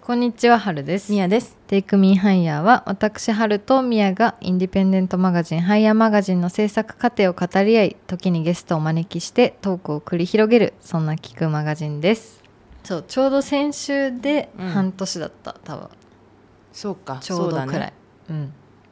こんにちは、はるです。 みやです。 テイクミーハイヤーは私はるとみやがインディペンデントマガジンハイヤーマガジンの制作過程を語り合い、時にゲストをお招きしてトークを繰り広げる、そんな聞くマガジンです。そう、ちょうど先週で半年だった、多分そうか、 ちょうどくらい、 そうだね、 うん、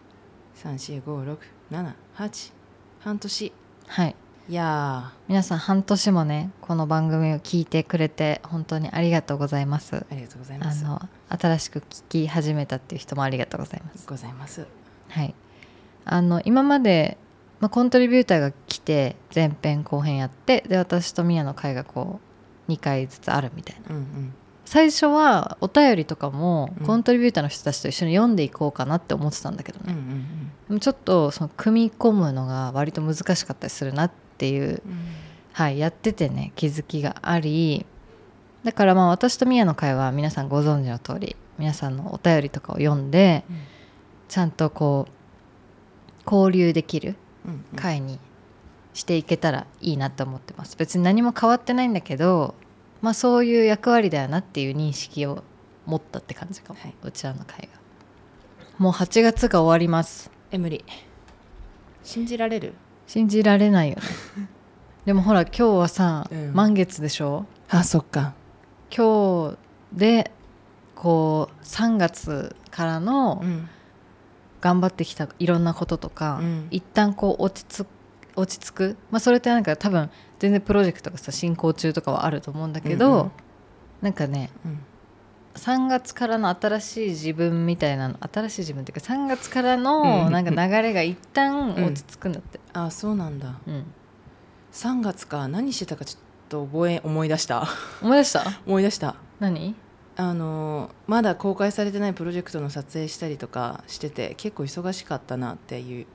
3456788半年。 はい。 いや皆さん半年もねこの番組を聞いてくれて本当にありがとうございます。 ありがとうございます。 新しく聞き始めたっていう人もありがとうございます。はい。今まで、コントリビューターが来て前編後編やって、で私とミヤの会がこう2回ずつあるみたいな、最初はお便りとかもコントリビューターの人たちと一緒に読んでいこうかなって思ってたんだけどね、でもちょっとその組み込むのが割と難しかったりするなっていう、はい、やっててね気づきがあり、だから私とミヤの会は皆さんご存知の通り皆さんのお便りとかを読んで、ちゃんとこう交流できる会にしていけたらいいなと思ってます。別に何も変わってないんだけど、そういう役割だよなっていう認識を持ったって感じかも、はい、うちらの会が。もう8月が終わります。 無理。信じられる？ 信じられないよねでもほら今日はさ、満月でしょ。 あ、そっか。 今日でこう3月からの頑張ってきたいろんなこととか、一旦こう落ち着く、それってなんか多分全然プロジェクトがさ進行中とかはあると思うんだけど、なんかね、3月からの新しい自分みたいなの、新しい自分っていうか3月からのなんか流れが一旦落ち着くんだって、 あ、そうなんだ、3月か。何してたかちょっと思い出した思い出した思い出した。 何？ まだ公開されてないプロジェクトの撮影したりとかしてて結構忙しかったなっていう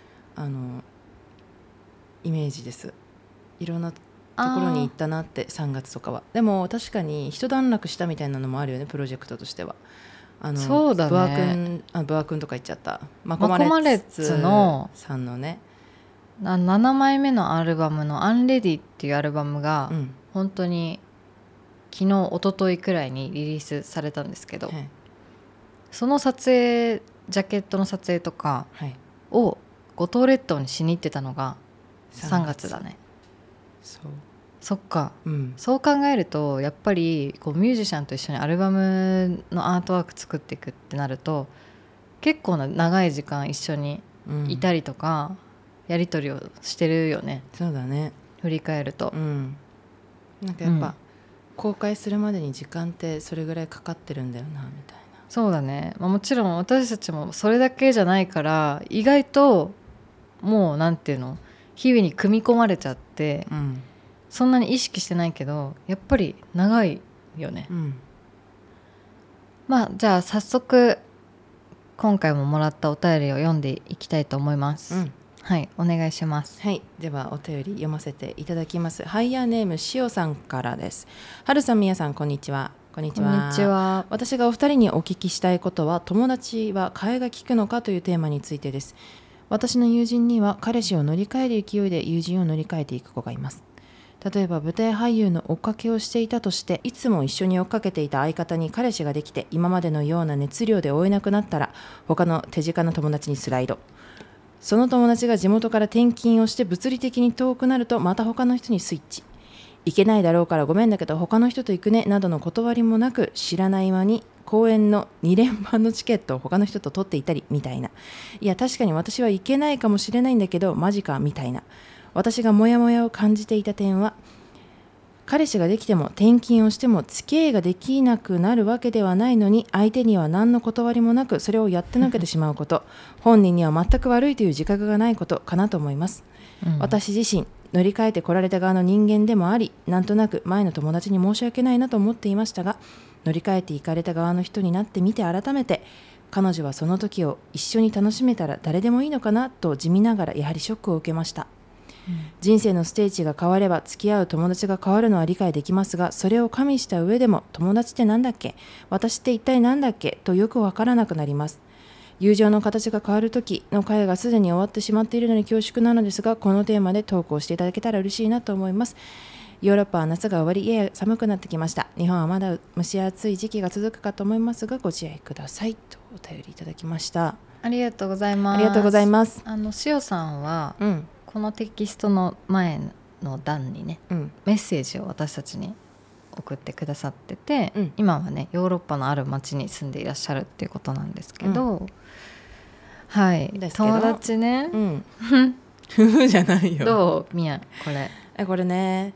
イメージです。いろんなところに行ったなって。3月とかはでも確かに一段落したみたいなのもあるよね、プロジェクトとしては。 そうだね。 ブア君とか言っちゃった。 マコマレッツのさんのね 7枚目のアルバムのアンレディっていうアルバムが、本当に昨日一昨日くらいにリリースされたんですけど、その撮影、ジャケットの撮影とかを五島列島にしに行ってたのが3月だね。そっか、そう考えるとやっぱりこうミュージシャンと一緒にアルバムのアートワーク作っていくってなると結構な長い時間一緒にいたりとか、やり取りをしてるよね。 そうだね、 振り返ると、 なんかやっぱ、公開するまでに時間ってそれぐらいかかってるんだよなみたいな。 そうだね、もちろん私たちもそれだけじゃないから意外ともうなんていうの、日々に組み込まれちゃって、そんなに意識してないけどやっぱり長いよね、じゃあ早速今回ももらったお便りを読んでいきたいと思います、はい、お願いします。 はい、ではお便り読ませていただきます。ハイヤーネームしおさんからです。はるさん、みやさん、こんにちは。こんにちは。私がお二人にお聞きしたいことは、友達は替えが利くのかというテーマについてです。私の友人には彼氏を乗り換える勢いで友人を乗り換えていく子がいます。例えば舞台俳優の追っかけをしていたとして、いつも一緒に追っかけていた相方に彼氏ができて今までのような熱量で追えなくなったら、他の手近な友達にスライド。その友達が地元から転勤をして物理的に遠くなると、また他の人にスイッチ。行けないだろうからごめんだけど他の人と行くねなどの断りもなく、知らない間に公演の2連番のチケットを他の人と取っていたりみたいな。いや確かに私は行けないかもしれないんだけどマジかみたいな。私がモヤモヤを感じていた点は、彼氏ができても転勤をしても付き合いができなくなるわけではないのに、相手には何の断りもなくそれをやってのけてしまうこと本人には全く悪いという自覚がないことかなと思います、私自身乗り換えてこられた側の人間でもあり、なんとなく前の友達に申し訳ないなと思っていましたが、乗り換えていかれた側の人になってみて改めて、彼女はその時を一緒に楽しめたら誰でもいいのかなと地味ながらやはりショックを受けました。人生のステージが変われば付き合う友達が変わるのは理解できますが、それを加味した上でも友達ってなんだっけ、私って一体なんだっけとよくわからなくなります。友情の形が変わる時の会がすでに終わってしまっているのに恐縮なのですが、このテーマで投稿していただけたら嬉しいなと思います。 ヨーロッパは夏が終わり、やや寒くなってきました。日本はまだ蒸し暑い時期が続くかと思いますが、ご自愛くださいとお便りいただきました。 ありがとうございます。 ありがとうございます。 塩さんは、このテキストの前の段にね、メッセージを私たちに送ってくださってて、今はねヨーロッパのある町に住んでいらっしゃるっていうことなんですけど、はい、友達ね、 夫婦じゃないよ。 どうみやこれね、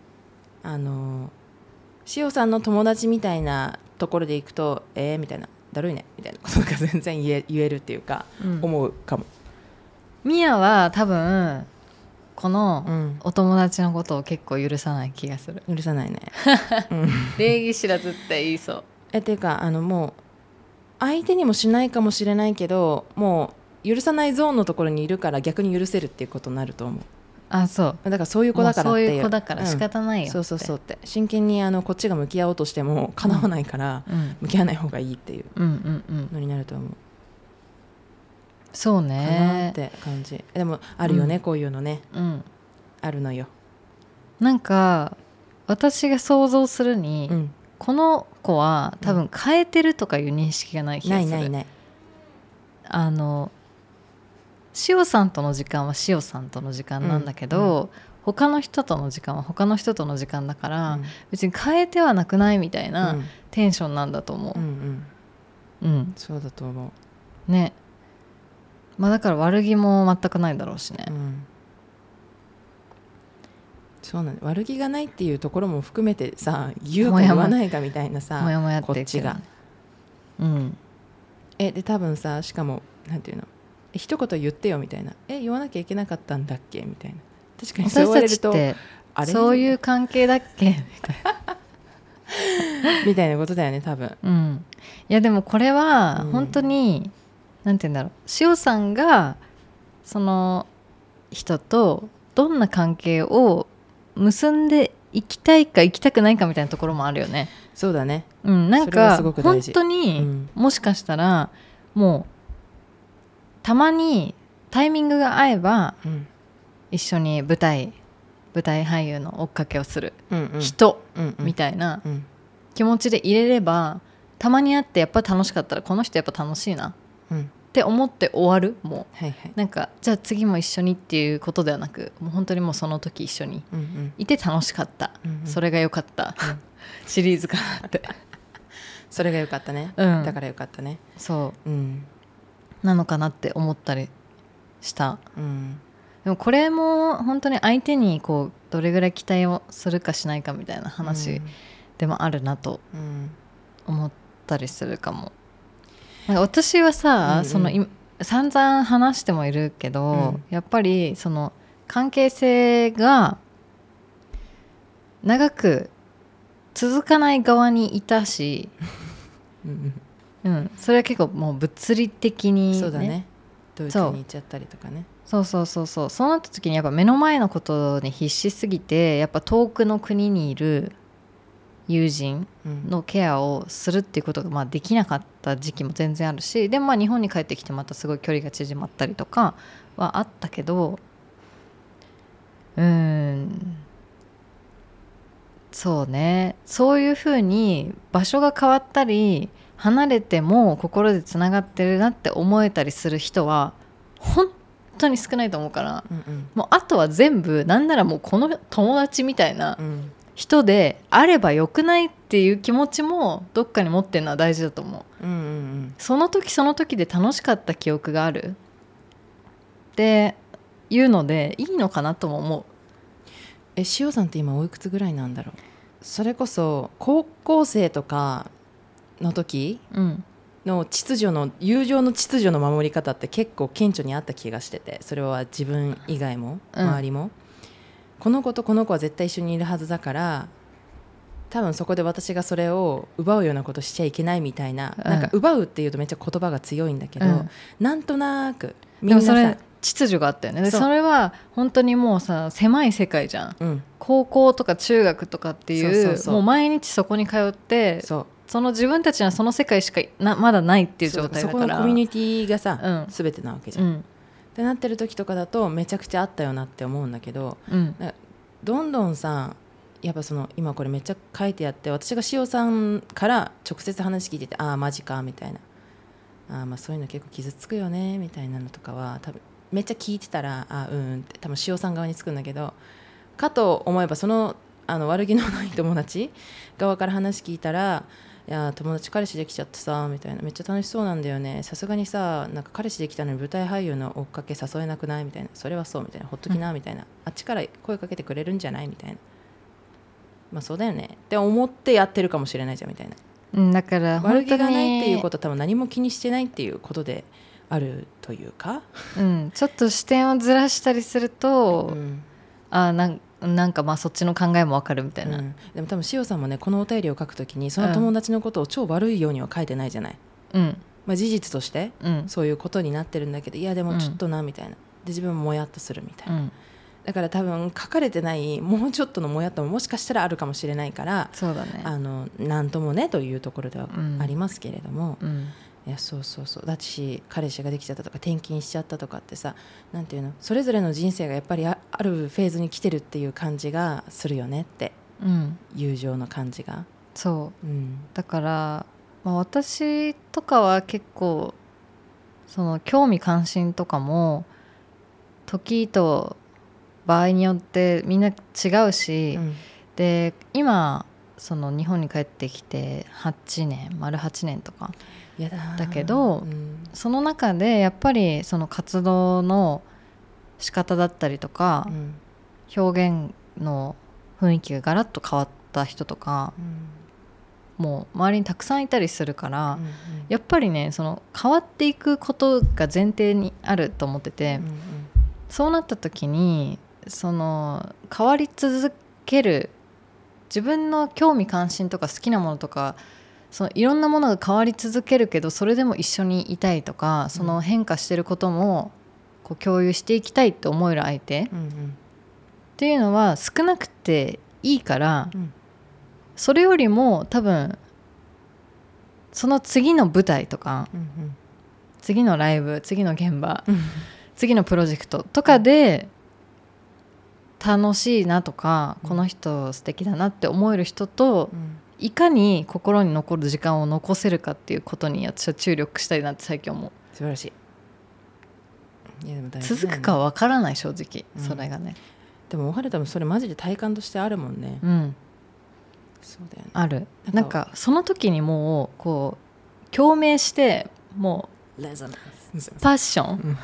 塩さんの友達みたいなところでいくとみたいな、だるいねみたいなことが全然言えるっていうか、思うかも。 みやは多分このお友達のことを結構許さない気がする。 許さないね、 礼儀知らずって言いそう。 っていうかもう相手にもしないかもしれないけど、もう許さないゾーンのところにいるから逆に許せるっていうことになると思う。 そうだからそういう子だからっていう、 そういう子だから仕方ないよって、 そうって真剣にこっちが向き合おうとしても叶わないから、向き合わない方がいいっていうのになると思う。 そうねかなって感じ。でもあるよね、こういうのね、あるのよ。 なんか私が想像するに、この子は多分変えてるとかいう認識がない気がする。ない塩さんとの時間は塩さんとの時間なんだけど、他の人との時間は他の人との時間だから、別に変えてはなくないみたいなテンションなんだと思う。 そうだと思うね。だから悪気も全くないだろうしね。 そうなんだ。悪気がないっていうところも含めてさ、言うか言わないかみたいなさ、こっちが。で多分さ、しかもなんていうの、一言言ってよみたいな、言わなきゃいけなかったんだっけみたいな。確かにそう言われると、 あれそういう関係だっけみたいなみたいなことだよね多分。 いやでもこれは本当に、なんて言うんだろう、塩さんがその人とどんな関係を結んでいきたいかいきたくないかみたいなところもあるよね。 そうだね。 なんか本当に、もしかしたらもうたまにタイミングが合えば、一緒に舞台俳優の追っかけをする人、みたいな気持ちで入れれば、たまに会ってやっぱ楽しかったらこの人やっぱ楽しいなって思って終わる。もう、なんかじゃあ次も一緒にっていうことではなく、もう本当にもうその時一緒にいて楽しかった、それが良かった、シリーズかなってそれが良かったね、だから良かったね。 そう、なのかなって思ったりした。でもこれも本当に相手にこうどれぐらい期待をするかしないかみたいな話でもあるなと思ったりするかも。なんか私はさ、散々話してもいるけど、やっぱりその関係性が長く続かない側にいたしそれは結構もう物理的に、ね、 そうだね、ドイツに行っちゃったりとかね。 そうなった時にやっぱ目の前のことに必死すぎて、やっぱ遠くの国にいる友人のケアをするっていうことができなかった時期も全然あるし、でも日本に帰ってきてまたすごい距離が縮まったりとかはあったけど、そうね、そういうふうに場所が変わったり離れても心でつながってるなって思えたりする人は本当に少ないと思うから、もうあとは全部なんならもうこの友達みたいな人であればよくないっていう気持ちもどっかに持ってるのは大事だと思う。その時その時で楽しかった記憶があるっていうのでいいのかなとも思う。 塩さんって今おいくつぐらいなんだろう。それこそ高校生とかの時の秩序の、友情の秩序の守り方って結構顕著にあった気がしてて、それは自分以外も周りも、この子とこの子は絶対一緒にいるはずだから、多分そこで私がそれを奪うようなことしちゃいけないみたいな、なんか奪うっていうとめっちゃ言葉が強いんだけど、なんとなくみんなさ、 でもそれ秩序があったよね。それは本当にもうさ、狭い世界じゃん、高校とか中学とかっていう、もう毎日そこに通って、その自分たちはその世界しかまだないっていう状態だから、 そこのコミュニティがさ、全てなわけじゃん、ってなってる時とかだとめちゃくちゃあったよなって思うんだけど、どんどんさやっぱその今これめっちゃ書いてあって、私が塩さんから直接話聞いてて、ああマジかみたいな、まあそういうの結構傷つくよねみたいなのとかは多分めっちゃ聞いてたらって多分塩さん側につくんだけど、かと思えばその悪気のない友達側から話聞いたら、いや友達彼氏できちゃってさみたいな、めっちゃ楽しそうなんだよね、さすがにさなんか彼氏できたのに舞台俳優の追っかけ誘えなくないみたいな、それはそうみたいな、ほっときなみたいな、あっちから声かけてくれるんじゃないみたいな、まあそうだよねって思ってやってるかもしれないじゃんみたいな、 だから悪気がないっていうことは多分何も気にしてないっていうことであるというか、 ちょっと視点をずらしたりすると、なんかまあそっちの考えもわかるみたいな、 でも多分塩さんもねこのお便りを書くときにその友達のことを超悪いようには書いてないじゃない、まあ、事実としてそういうことになってるんだけど、いやでもちょっとなみたいな、で自分ももやっとするみたいな、だから多分書かれてないもうちょっとのもやっとももしかしたらあるかもしれないから、 そうだね、 なんともねというところではありますけれども、いやそうだし、彼氏ができちゃったとか転勤しちゃったとかってさ、なんていうの、それぞれの人生がやっぱりあるフェーズに来てるっていう感じがするよねって、友情の感じがそう、だから、まあ、私とかは結構その興味関心とかも時と場合によってみんな違うし、で今その日本に帰ってきて丸8年とかだけど、その中でやっぱりその活動の仕方だったりとか、表現の雰囲気がガラッと変わった人とか、もう周りにたくさんいたりするから、やっぱりねその変わっていくことが前提にあると思ってて、そうなった時にその変わり続ける自分の興味関心とか好きなものとか、そのいろんなものが変わり続けるけどそれでも一緒にいたいとか、その変化してることもこう共有していきたいって思える相手、っていうのは少なくていいから、それよりも多分その次の舞台とか、次のライブ、次の現場、次のプロジェクトとかで楽しいなとか、この人素敵だなって思える人と、いかに心に残る時間を残せるかっていうことに私は注力したいなって最近思う。 素晴らしい。いやでも大事だよね、 続くかわからない正直、それがね。 でもおはる多分それマジで体感としてあるもんね。そうだよね、ある。 なんかその時にもうこう共鳴してもうパッション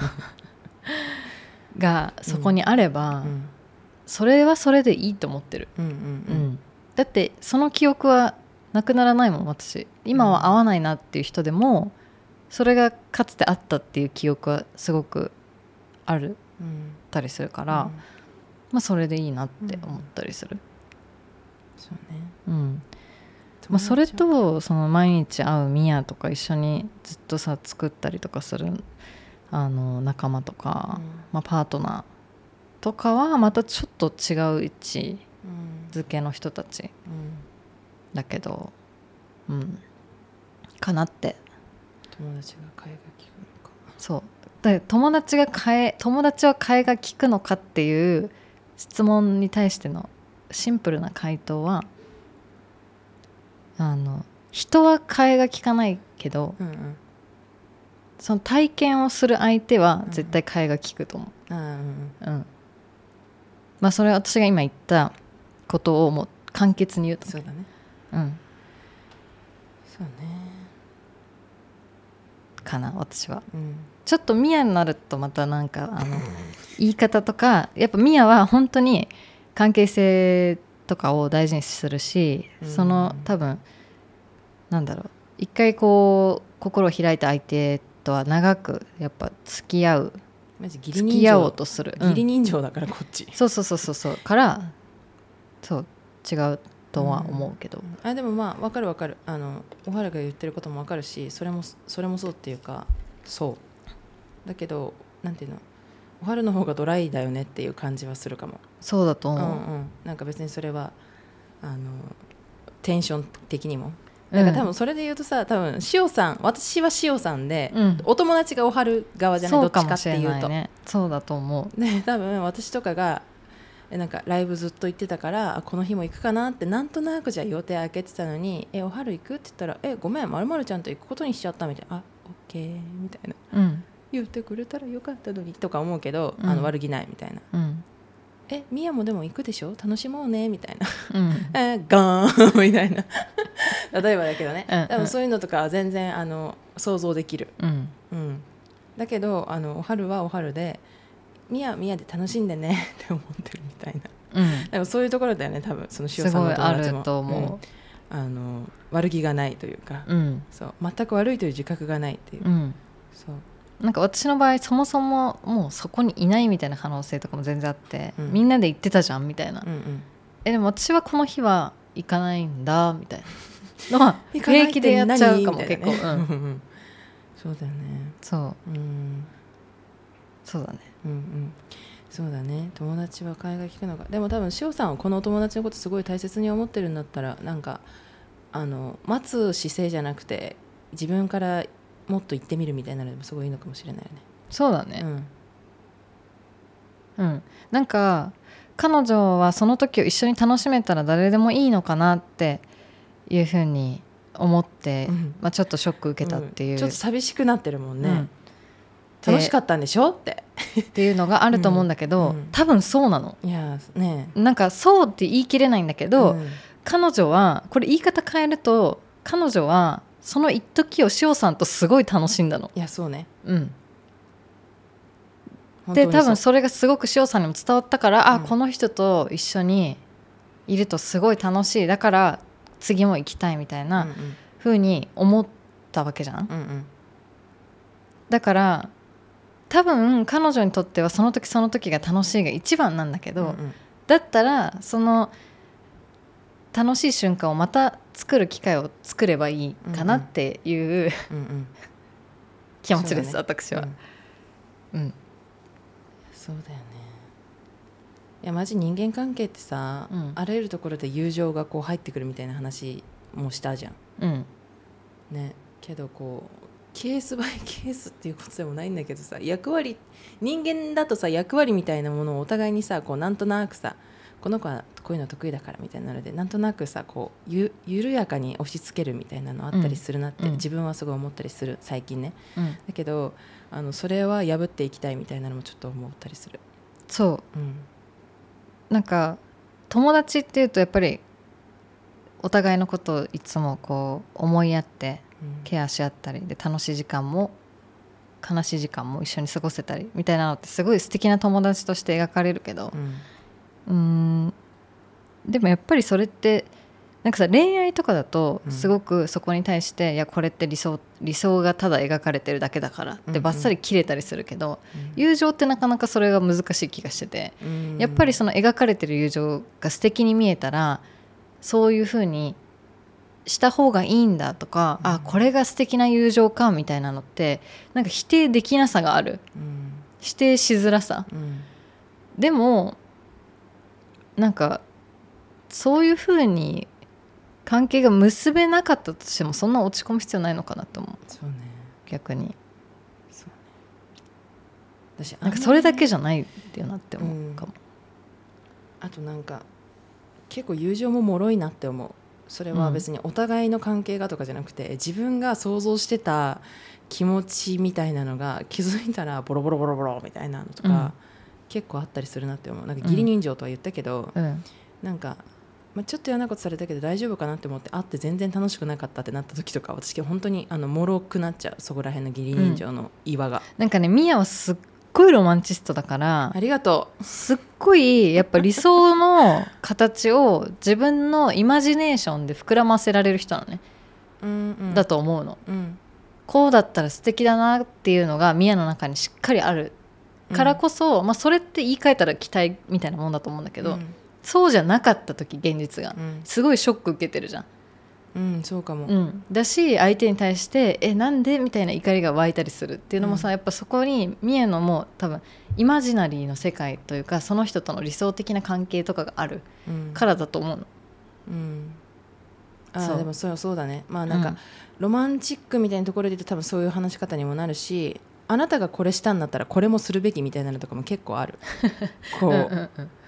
がそこにあれば、それはそれでいいと思ってる。だってその記憶はなくならないもん。私今は会わないなっていう人でも、それがかつてあったっていう記憶はすごくあるたりするから、まあそれでいいなって思ったりする。そうね。まあ、それとその毎日会うミヤとか一緒にずっとさ作ったりとかする仲間とか、まあ、パートナーとかはまたちょっと違う位置づけの人たちだけど、かなって。 友達が替えが利くのか。 そうで、友達は替えが利くのかっていう質問に対してのシンプルな回答は、人は替えが利かないけど、その体験をする相手は絶対替えが利くと思う。まあそれは私が今言ったことをもう簡潔に言うと。 そうだね。そうね。 かな私は。ちょっとミヤになるとまたなんか言い方とか、やっぱミヤは本当に関係性とかを大事にするし、その多分なんだろう、一回こう心を開いた相手とは長くやっぱ付き合おうとする。 義理人情だからこっち。 そうからそう違うとは思うけど、 でもまあ分かるおはるが言ってることも分かるし、それもそうっていうか、そうだけどなんていうの、おはるの方がドライだよねっていう感じはするかも。 そうだと思う。 なんか別にそれはテンション的にもなんか多分それで言うとさ、多分私は塩さんで、お友達がおはる側じゃない、どっちかっていうと。 そうだと思う。 で多分私とかがなんかライブずっと行ってたからこの日も行くかなってなんとなくじゃ予定開けてたのにお春行くって言ったらごめん〇〇ちゃんと行くことにしちゃったみたいなオッケーみたいな、言ってくれたらよかったのにとか思うけど、悪気ないみたいな、ミヤもでも行くでしょ楽しもうねみたいな、ガーンみたいな例えばだけどね、多分そういうのとかは全然想像できる、だけどお春はお春でミヤで楽しんでねって思ってるみたいな、でもそういうところだよね多分その塩さんの友達もすごいあると思う、悪気がないというか、そう全く悪いという自覚がないっていう、そうなんか私の場合そもそももうそこにいないみたいな可能性とかも全然あって、みんなで行ってたじゃんみたいな、でも私はこの日は行かないんだみたいなのは平気でやっちゃうかも結構、 そうだよねそう、そうだね、 そうだね友達は替えが利くのか。でも多分塩さんはこのお友達のことすごい大切に思ってるんだったらなんか待つ姿勢じゃなくて自分からもっと行ってみるみたいなのでもすごいいいのかもしれないよね。 そうだね、なんか彼女はその時を一緒に楽しめたら誰でもいいのかなっていうふうに思って、ちょっとショック受けたっていう、 ちょっと寂しくなってるもんね、楽しかったんでしょってっていうのがあると思うんだけど、多分そうなの。 いや、ね、 なんかそうって言い切れないんだけど、彼女はこれ言い方変えると彼女はその一時を塩さんとすごい楽しんだの。 いやそうね、 で多分それがすごく塩さんにも伝わったから、この人と一緒にいるとすごい楽しいだから次も行きたいみたいな風に思ったわけじゃん、だから多分彼女にとってはその時その時が楽しいが一番なんだけど、だったらその楽しい瞬間をまた作る機会を作ればいいかなっていう気持ちです、私は。 そうだよね。いやマジ人間関係ってさ、あらゆるところで友情がこう入ってくるみたいな話もしたじゃん、ね、けどこうケースバイケースっていうことでもないんだけどさ、役割人間だとさ役割みたいなものをお互いにさこうなんとなくさこの子はこういうの得意だからみたいなのでなんとなくさこう緩やかに押し付けるみたいなのあったりするなって、自分はすごい思ったりする最近ね、だけどそれは破っていきたいみたいなのもちょっと思ったりする。 そう、なんか友達っていうとやっぱりお互いのことをいつもこう思いやってケアし合ったりで楽しい時間も悲しい時間も一緒に過ごせたりみたいなのってすごい素敵な友達として描かれるけど、でもやっぱりそれってなんかさ恋愛とかだとすごくそこに対して、いやこれって理想がただ描かれてるだけだからってバッサリ切れたりするけど、友情ってなかなかそれが難しい気がしてて、やっぱりその描かれてる友情が素敵に見えたらそういう風にした方がいいんだとか、これが素敵な友情かみたいなのってなんか否定できなさがある、否定しづらさ、でもなんかそういう風に関係が結べなかったとしてもそんな落ち込む必要ないのかなと思う。 そうね、 逆にそうね、私なんかそれだけじゃないっていうなって思うかも、 あとなんか結構友情も脆いなって思う。それは別にお互いの関係がとかじゃなくて、自分が想像してた気持ちみたいなのが気づいたらボロボロボロボロみたいなのとか、結構あったりするなって思う。なんか義理人情とは言ったけど、なんかちょっと嫌なことされたけど大丈夫かなって思って会って全然楽しくなかったってなった時とか、私本当に脆くなっちゃう、そこら辺の義理人情の岩が、 なんかねミヤはすっごいロマンチストだから、 ありがとう、すっごいやっぱ理想の形を自分のイマジネーションで膨らませられる人なのね、だと思うの、こうだったら素敵だなっていうのがミヤの中にしっかりあるからこそ、それって言い換えたら期待みたいなもんだと思うんだけど、そうじゃなかった時現実が、すごいショック受けてるじゃん、 そうかも、 だし相手に対してなんでみたいな怒りが湧いたりするっていうのもさ、やっぱそこにミエのも多分イマジナリーの世界というかその人との理想的な関係とかがあるからだと思うの、 でもそうだね。なんか、ロマンチックみたいなところで言うと多分そういう話し方にもなるし、あなたがこれしたんだったらこれもするべきみたいなのとかも結構あるこう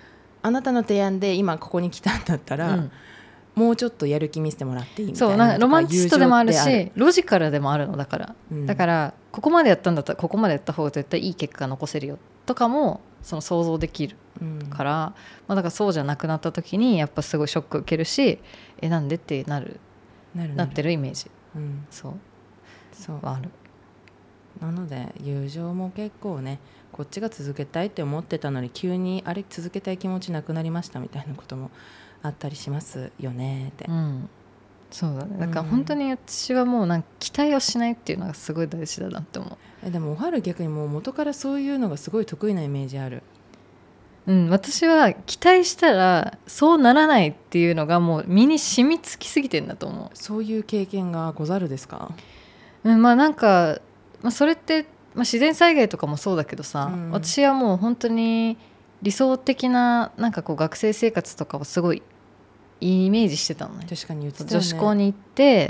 あなたの提案で今ここに来たんだったら、もうちょっとやる気見せてもらっていいみたいな。 そう、なんかロマンチストでもあるしロジカルでもあるのだから、だからここまでやったんだったらここまでやった方が絶対いい結果が残せるよとかもその想像できるから、まあ、だからそうじゃなくなった時にやっぱすごいショック受けるし、なんでってなってるイメージ、そうある。 なので友情も結構ね、こっちが続けたいって思ってたのに急にあれ続けたい気持ちなくなりましたみたいなこともあったりしますよねって、 そうだね。だから本当に私はもうなんか期待をしないっていうのがすごい大事だなって思う。でもおはる逆にもう元からそういうのがすごい得意なイメージある。 私は期待したらそうならないっていうのがもう身に染みつきすぎてんだと思う。 そういう経験がござるですか？ まあなんか、それって、自然災害とかもそうだけどさ、私はもう本当に理想的ななんかこう学生生活とかをすごいイメージしてたのね。 確かに言ってたよね。 女子校に行って、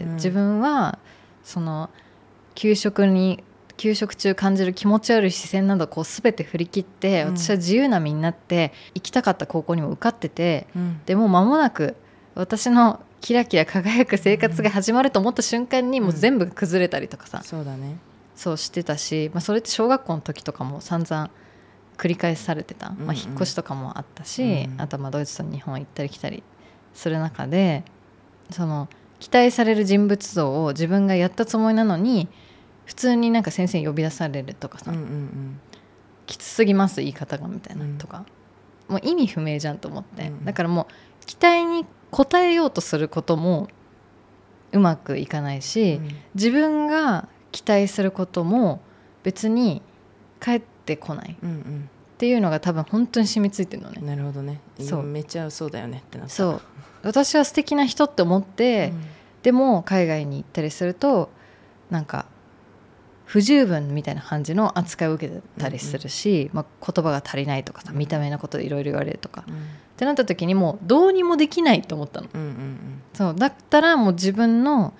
自分はその給食中感じる気持ち悪い視線などこう全て振り切って、私は自由な身になって行きたかった高校にも受かってて、でもう間もなく私のキラキラ輝く生活が始まると思った瞬間にもう全部崩れたりとかさ、 そうだね、 そうしてたし、それって小学校の時とかも散々繰り返されてた、引っ越しとかもあったし、あとはドイツと日本行ったり来たりする中で、その期待される人物像を自分がやったつもりなのに普通になんか先生に呼び出されるとかさ、きつすぎます言い方がみたいなとか、もう意味不明じゃんと思って、だからもう期待に応えようとすることもうまくいかないし、自分が期待することも別に返ってこないっていうのが多分本当に染みついてるのね。 なるほどね。そうめっちゃそうだよねってなった。 そう私は素敵な人って思って、でも海外に行ったりするとなんか不十分みたいな感じの扱いを受けてたりするし、言葉が足りないとかさ、見た目のことでいろいろ言われるとか、ってなった時にもうどうにもできないと思ったの、そうだったらもう自分の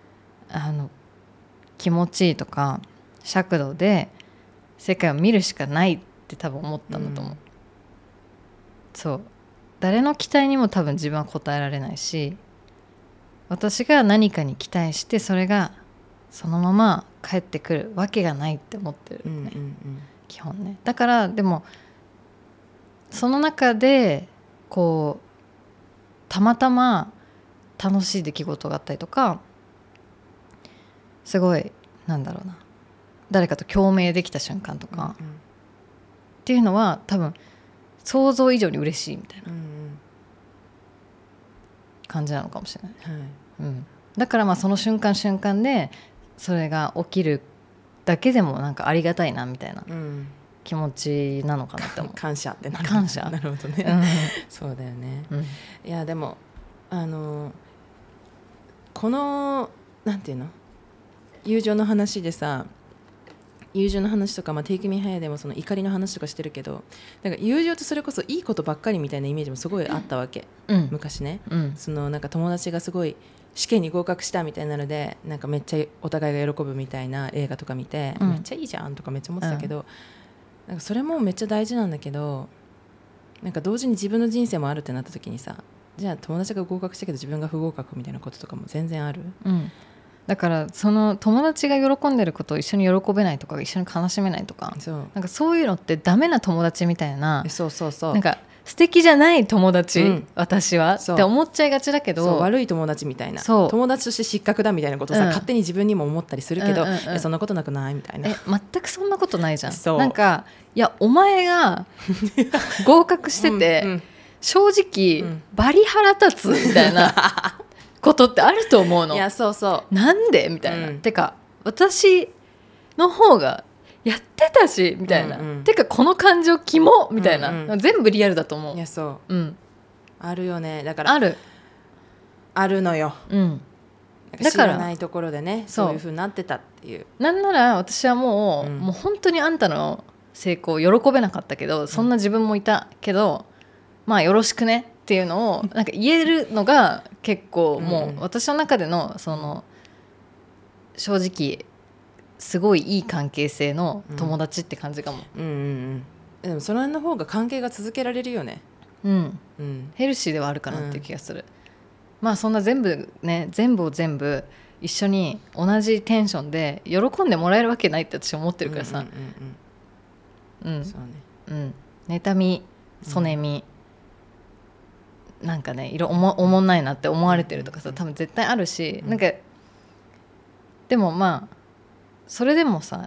気持ちいいとか尺度で世界を見るしかないって多分思ったんだと思う、そう誰の期待にも多分自分は応えられないし、私が何かに期待してそれがそのまま帰ってくるわけがないって思ってるね、基本ね。だからでもその中でこうたまたま楽しい出来事があったりとか、すごいなんだろうな、誰かと共鳴できた瞬間とか、っていうのは多分想像以上に嬉しいみたいな感じなのかもしれない、だからその瞬間瞬間でそれが起きるだけでもなんかありがたいなみたいな気持ちなのかなって思う。 感謝ってなる。 感謝なるほどね、そうだよね、いやでもこのなんていうの友情の話でさ、友情の話とか、テイクミーハイでもその怒りの話とかしてるけど、なんか友情ってそれこそいいことばっかりみたいなイメージもすごいあったわけ、昔ね、そのなんか友達がすごい試験に合格したみたいなのでなんかめっちゃお互いが喜ぶみたいな映画とか見て、めっちゃいいじゃんとかめっちゃ思ってたけど、なんかそれもめっちゃ大事なんだけど、なんか同時に自分の人生もあるってなった時にさ、じゃあ友達が合格したけど自分が不合格みたいなこととかも全然ある、だからその友達が喜んでることを一緒に喜べないとか一緒に悲しめないとか、なんかそういうのってダメな友達みたいな、なんか素敵じゃない友達、私はって思っちゃいがちだけど、 悪い友達みたいな、友達として失格だみたいなことをさ、勝手に自分にも思ったりするけど、そんなことなくないみたいな、 全くそんなことないじゃん。なんかいやお前が合格してて正直、バリ腹立つみたいなことってあると思うの。 いやそうなんでみたいな、てか私の方がやってたしみたいな、てかこの感情キモみたいな、全部リアルだと思う。 いやそう、あるよね。だからあるのよ、だから知らないところでね、そういう風になってたっていう。 なんなら私はもう本当にあんたの成功を喜べなかったけど、そんな自分もいたけど、よろしくねっていうのをなんか言えるのが結構もう私の中でのその正直すごいいい関係性の友達って感じかも、 でもその辺の方が関係が続けられるよね。 うんうん、ヘルシーではあるかなっていう気がする、まあそんな全部を全部一緒に同じテンションで喜んでもらえるわけないって私思ってるからさ、そうね、うん、妬みそねみ、なんかねおもんないなって思われてるとかさ多分絶対あるし、なんかでもまあそれでもさ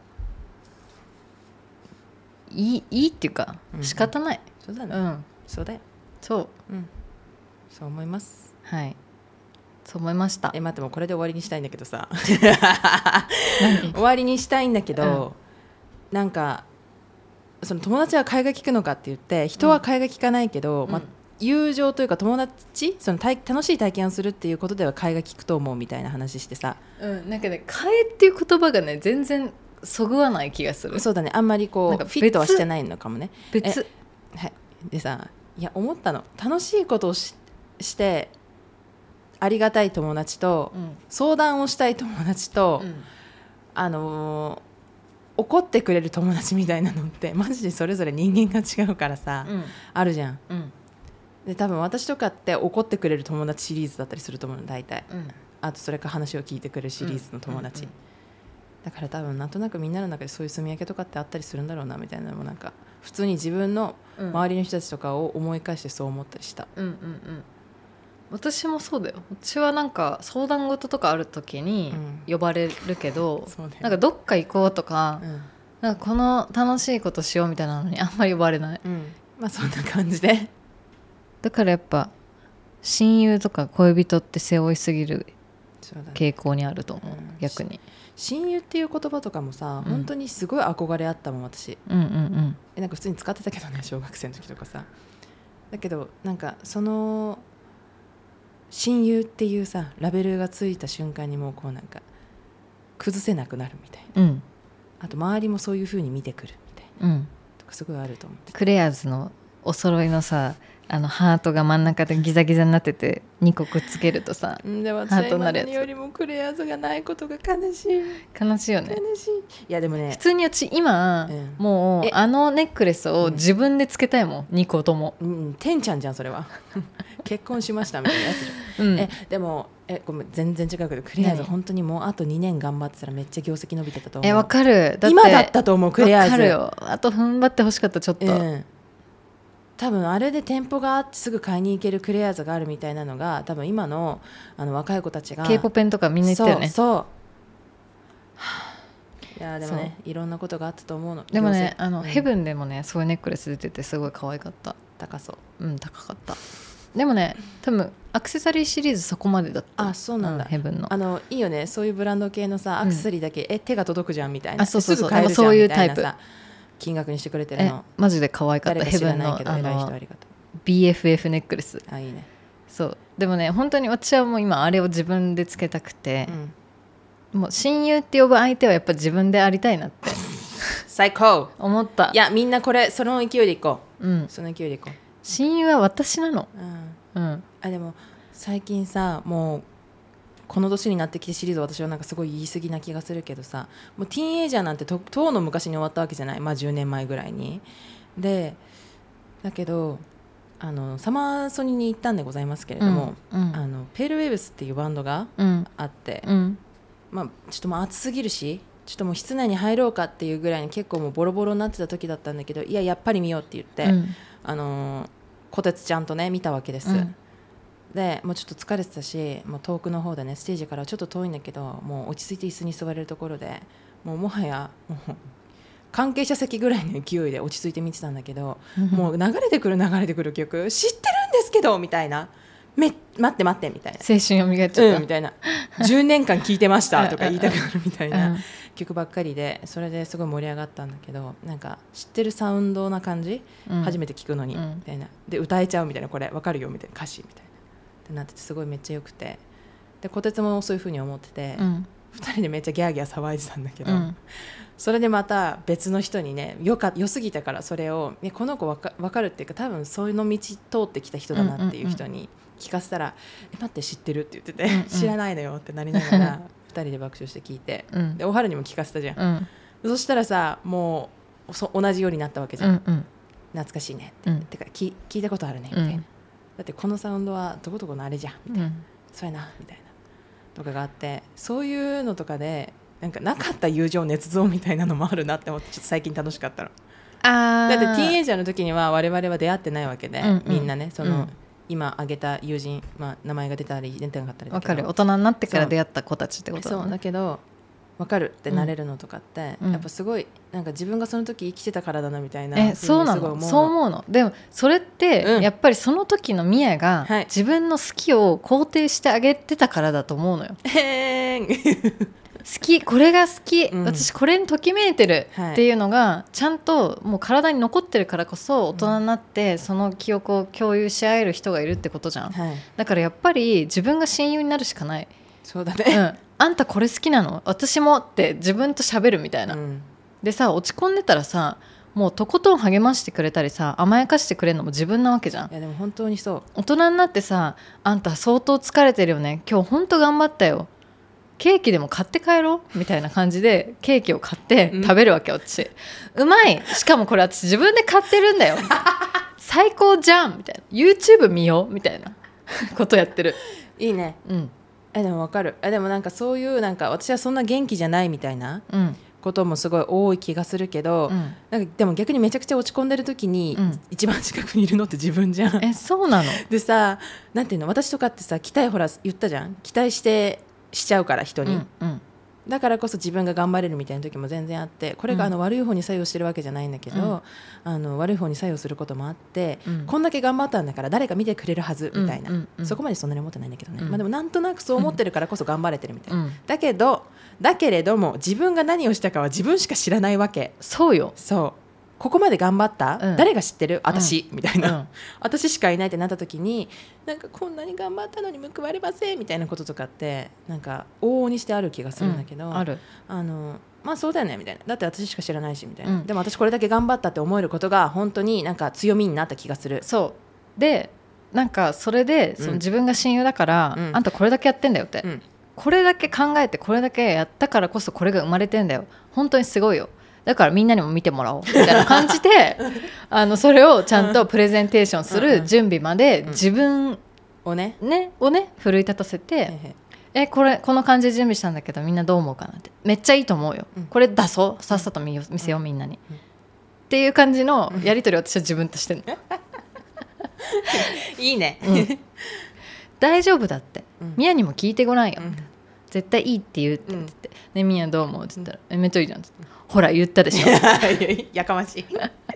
いいっていうか仕方ない、 そうだね、そうだよ、 そう、 そう思います。 はい、そう思いました。 待って、もうこれで終わりにしたいんだけどさ終わりにしたいんだけど、なんかその友達は替えが利くのかって言って人は替えが利かないけど、友情というか友達その楽しい体験をするっていうことでは替えが利くと思うみたいな話してさ、 なんかね替えっていう言葉がね全然そぐわない気がする。 そうだね、あんまりこうフィットはしてないのかもね。 別はい、でさ、いや思ったの、楽しいことをしてありがたい友達と、相談をしたい友達と、怒ってくれる友達みたいなのってマジでそれぞれ人間が違うからさ、あるじゃん、で多分私とかって怒ってくれる友達シリーズだったりすると思うの大体、あとそれから話を聞いてくれるシリーズの友達、だから多分なんとなくみんなの中でそういう住み分けとかってあったりするんだろうなみたいなのもなんか普通に自分の周りの人たちとかを思い返してそう思ったりした、 私もそうだよ。私はなんか相談事とかある時に呼ばれるけど、なんかどっか行こうとか、なんかこの楽しいことしようみたいなのにあんまり呼ばれない、 まあそんな感じで、 だからやっぱ親友とか恋人って背負いすぎる傾向にあると思う、逆に。 親友っていう言葉とかもさ、本当にすごい憧れあったもん私、なんか普通に使ってたけどね、小学生の時とかさ。だけどなんかその親友っていうさラベルがついた瞬間にもうこうなんか崩せなくなるみたいな、あと周りもそういう風に見てくるみたいな、とかすごいあると思って。 クレアーズのお揃いのさハートが真ん中でギザギザになってて2個くっつけるとさ、 でも私は今何よりもクレアーズがないことが悲しい。 悲しいよね。 悲しい。いやでもね、 普通にうち今、もうネックレスを自分でつけたいもん、2個とも。 てんちゃんじゃんそれは結婚しましたみたいなやつじゃん、でもごめん全然違うけど、クレアーズ本当にもうあと2年頑張ってたらめっちゃ業績伸びてたと思う。 わかる。 だって今だったと思う。クレアーズわかるよ。あと踏ん張ってほしかったちょっと、 多分あれで店舗があってすぐ買いに行けるクレアーズがあるみたいなのが多分今の若い子たちが K-POP ペンとかみんな言ったよね。 そういやでもね、いろんなことがあったと思うの。 でもねヘブンでもねそういうネックレス出ててすごい可愛かった。 高そう。 高かった。でもね多分アクセサリーシリーズそこまでだった。 あ、そうなんだ、 ヘブンのいいよね、そういうブランド系のさアクセサリーだけ、手が届くじゃんみたいな、 そうすぐ買えるじゃんみたいなさ金額にしてくれてるのマジで可愛かった。ヘブンのBFF ネックレス。 あ、いいね。 そうでもね本当に私はもう今あれを自分でつけたくて、もう親友って呼ぶ相手はやっぱ自分でありたいなって最高思った。 いやみんなこれその勢いでいこう、その勢いでいこう。 親友は私なの。 でも最近さもうこの年になってきてシリーズ、私はなんかすごい言い過ぎな気がするけどさ、もうティーンエイジャーなんてとうの昔に終わったわけじゃない、10年前ぐらいに。でだけどサマーソニーに行ったんでございますけれども、ペールウェーブスっていうバンドがあって、ちょっともう暑すぎるしちょっともう室内に入ろうかっていうぐらいに結構もうボロボロになってた時だったんだけど、やっぱり見ようって言って、こてつちゃんとね見たわけです、でもうちょっと疲れてたし、もう遠くの方でねステージからちょっと遠いんだけど、もう落ち着いて椅子に座れるところでもはやもう関係者席ぐらいの勢いで落ち着いて見てたんだけど、もう流れてくる曲知ってるんですけどみたいな、待ってみたいな、 青春よみがえっちゃった、 みたいな10年間聴いてましたとか言いたくなるみたいな曲ばっかりで、それですごい盛り上がったんだけど、なんか知ってるサウンドな感じ、初めて聞くのに、みたいなで歌えちゃうみたいな、これわかるよみたいな歌詞みたいなってなってて、すごいめっちゃよくて、でこてつもそういう風に思ってて、2人でめっちゃギャーギャー騒いでたんだけど、それでまた別の人にね良すぎたから、それをこの子分かるっていうか多分そういうの道通ってきた人だなっていう人に聞かせたら、待って知ってるって言ってて、知らないのよってなりながら2人で爆笑して聞いて、でおはるにも聞かせたじゃん、そしたらさもう同じようになったわけじゃん、 懐かしいねって、てか聞いたことあるねみたいな、だってこのサウンドはどこどこのあれじゃんみたいな、そうやなみたいなとかがあって、そういうのとかでなんかなかった友情捏造みたいなのもあるなって思って、ちょっと最近楽しかったの。だってティーンエイジャーの時には我々は出会ってないわけで、みんなねその、今挙げた友人、名前が出たり出てなかったりだけど、 分かる、大人になってから出会った子たちってことだね。 そうだけど分かるってなれるのとかって、やっぱすごいなんか自分がその時生きてたからだなみたいな。 そうなの、そう思うの。でもそれって、やっぱりその時のミヤが自分の好きを肯定してあげてたからだと思うのよ。好き、これが好き、私これにときめいてるっていうのがちゃんともう体に残ってるからこそ、大人になってその記憶を共有し合える人がいるってことじゃん、だからやっぱり自分が親友になるしかない。 そうだね、 あんたこれ好きなの、私もって自分と喋るみたいな、でさ、落ち込んでたらさ、もうとことん励ましてくれたりさ、甘やかしてくれるのも自分なわけじゃん。 いやでも本当にそう。 大人になってさ、あんた相当疲れてるよね、今日本当頑張ったよ、ケーキでも買って帰ろうみたいな感じでケーキを買って食べるわけよ、私。うまい、しかもこれ私自分で買ってるんだよ最高じゃんみたいな、 YouTube 見ようみたいなことやってる。 いいね、でも分かる。でもなんかそういうなんか私はそんな元気じゃないみたいなこともすごい多い気がするけど、なんかでも逆にめちゃくちゃ落ち込んでる時に、一番近くにいるのって自分じゃん。 そうなの。でさ、なんていうの、私とかってさ、期待、ほら言ったじゃん、期待しちゃうから人に、だからこそ自分が頑張れるみたいな時も全然あって、これが悪い方に作用してるわけじゃないんだけど、悪い方に作用することもあって、こんだけ頑張ったんだから誰か見てくれるはずみたいな、そこまでそんなに思ってないんだけどね、でもなんとなくそう思ってるからこそ頑張れてるみたいな、だけれども自分が何をしたかは自分しか知らないわけ。 そうよ。 そう、ここまで頑張った、誰が知ってる、私、みたいな、私しかいないってなった時に、なんかこんなに頑張ったのに報われませんみたいなこととかってなんか往々にしてある気がするんだけど、 ある。 そうだよねみたいな、だって私しか知らないしみたいな、でも私これだけ頑張ったって思えることが本当になんか強みになった気がする。 そうで、なんかそれでその自分が親友だから、あんたこれだけやってんだよって、これだけ考えてこれだけやったからこそこれが生まれてんだよ、本当にすごいよ、だからみんなにも見てもらおうみたいな感じでそれをちゃんとプレゼンテーションする準備まで自分をね奮い立たせて、この感じで準備したんだけどみんなどう思うかなって、めっちゃいいと思うよ、これ出そう、さっさと見せようみんなに、っていう感じのやり取りを私は自分としてるのいいね、 大丈夫だって、ミヤにも聞いてごらんよ、絶対いいって言うって言ってて、ね、ミヤどう思うって言ったら、めっちゃいいじゃんって言って、ほら言ったでしょやかましい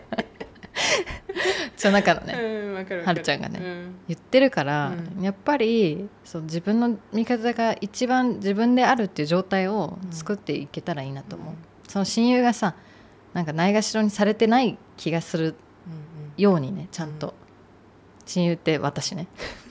その中のね、はるちゃんがね、言ってるから、やっぱりそう自分の味方が一番自分であるっていう状態を作っていけたらいいなと思う、その親友がさ、なんかないがしろにされてない気がするようにね、ちゃんと、親友って私ね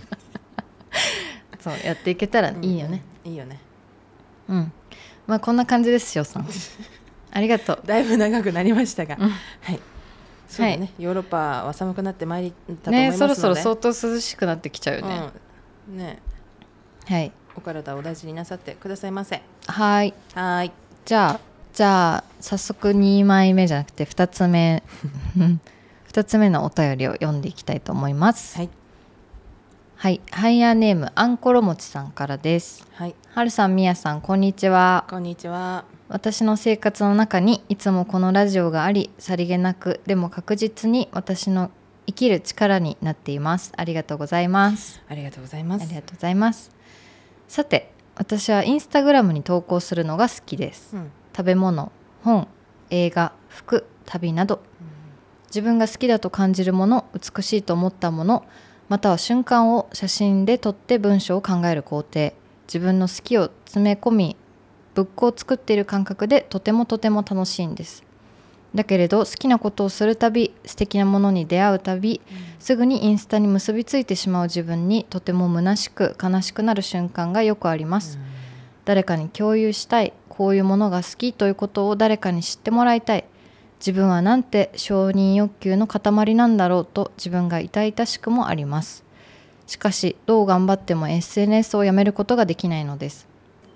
そうやっていけたらいいよね、 いいよね。 こんな感じですよさんありがとう。 だいぶ長くなりましたが、はいそうだね、ヨーロッパは寒くなってまいりたと思いますので、 そろそろ相当涼しくなってきちゃうよね、はい、 お体をお大事になさってくださいませ。 はい。じゃあ早速2枚目じゃなくて2つ目2つ目のお便りを読んでいきたいと思います。はい、ハイヤーネームあんころもちさんからです。はるさん、みやさん、こんにちは。 こんにちは。 私の生活の中にいつもこのラジオがあり、さりげなくでも確実に私の生きる力になっています。ありがとうございます。 ありがとうございます。 ありがとうございます。さて、私はインスタグラムに投稿するのが好きです、食べ物、本、映画、服、旅など、自分が好きだと感じるもの、美しいと思ったもの、または瞬間を写真で撮って文章を考える工程、自分の好きを詰め込みブックを作っている感覚でとても楽しいんです。だけれど好きなことをするたび、素敵なものに出会うたび、すぐにインスタに結びついてしまう自分にとても虚しく悲しくなる瞬間がよくあります。誰かに共有したい、こういうものが好きということを誰かに知ってもらいたい、自分はなんて承認欲求の塊なんだろうと自分が痛々しくもあります。しかしどう頑張っても SNS をやめることができないのです。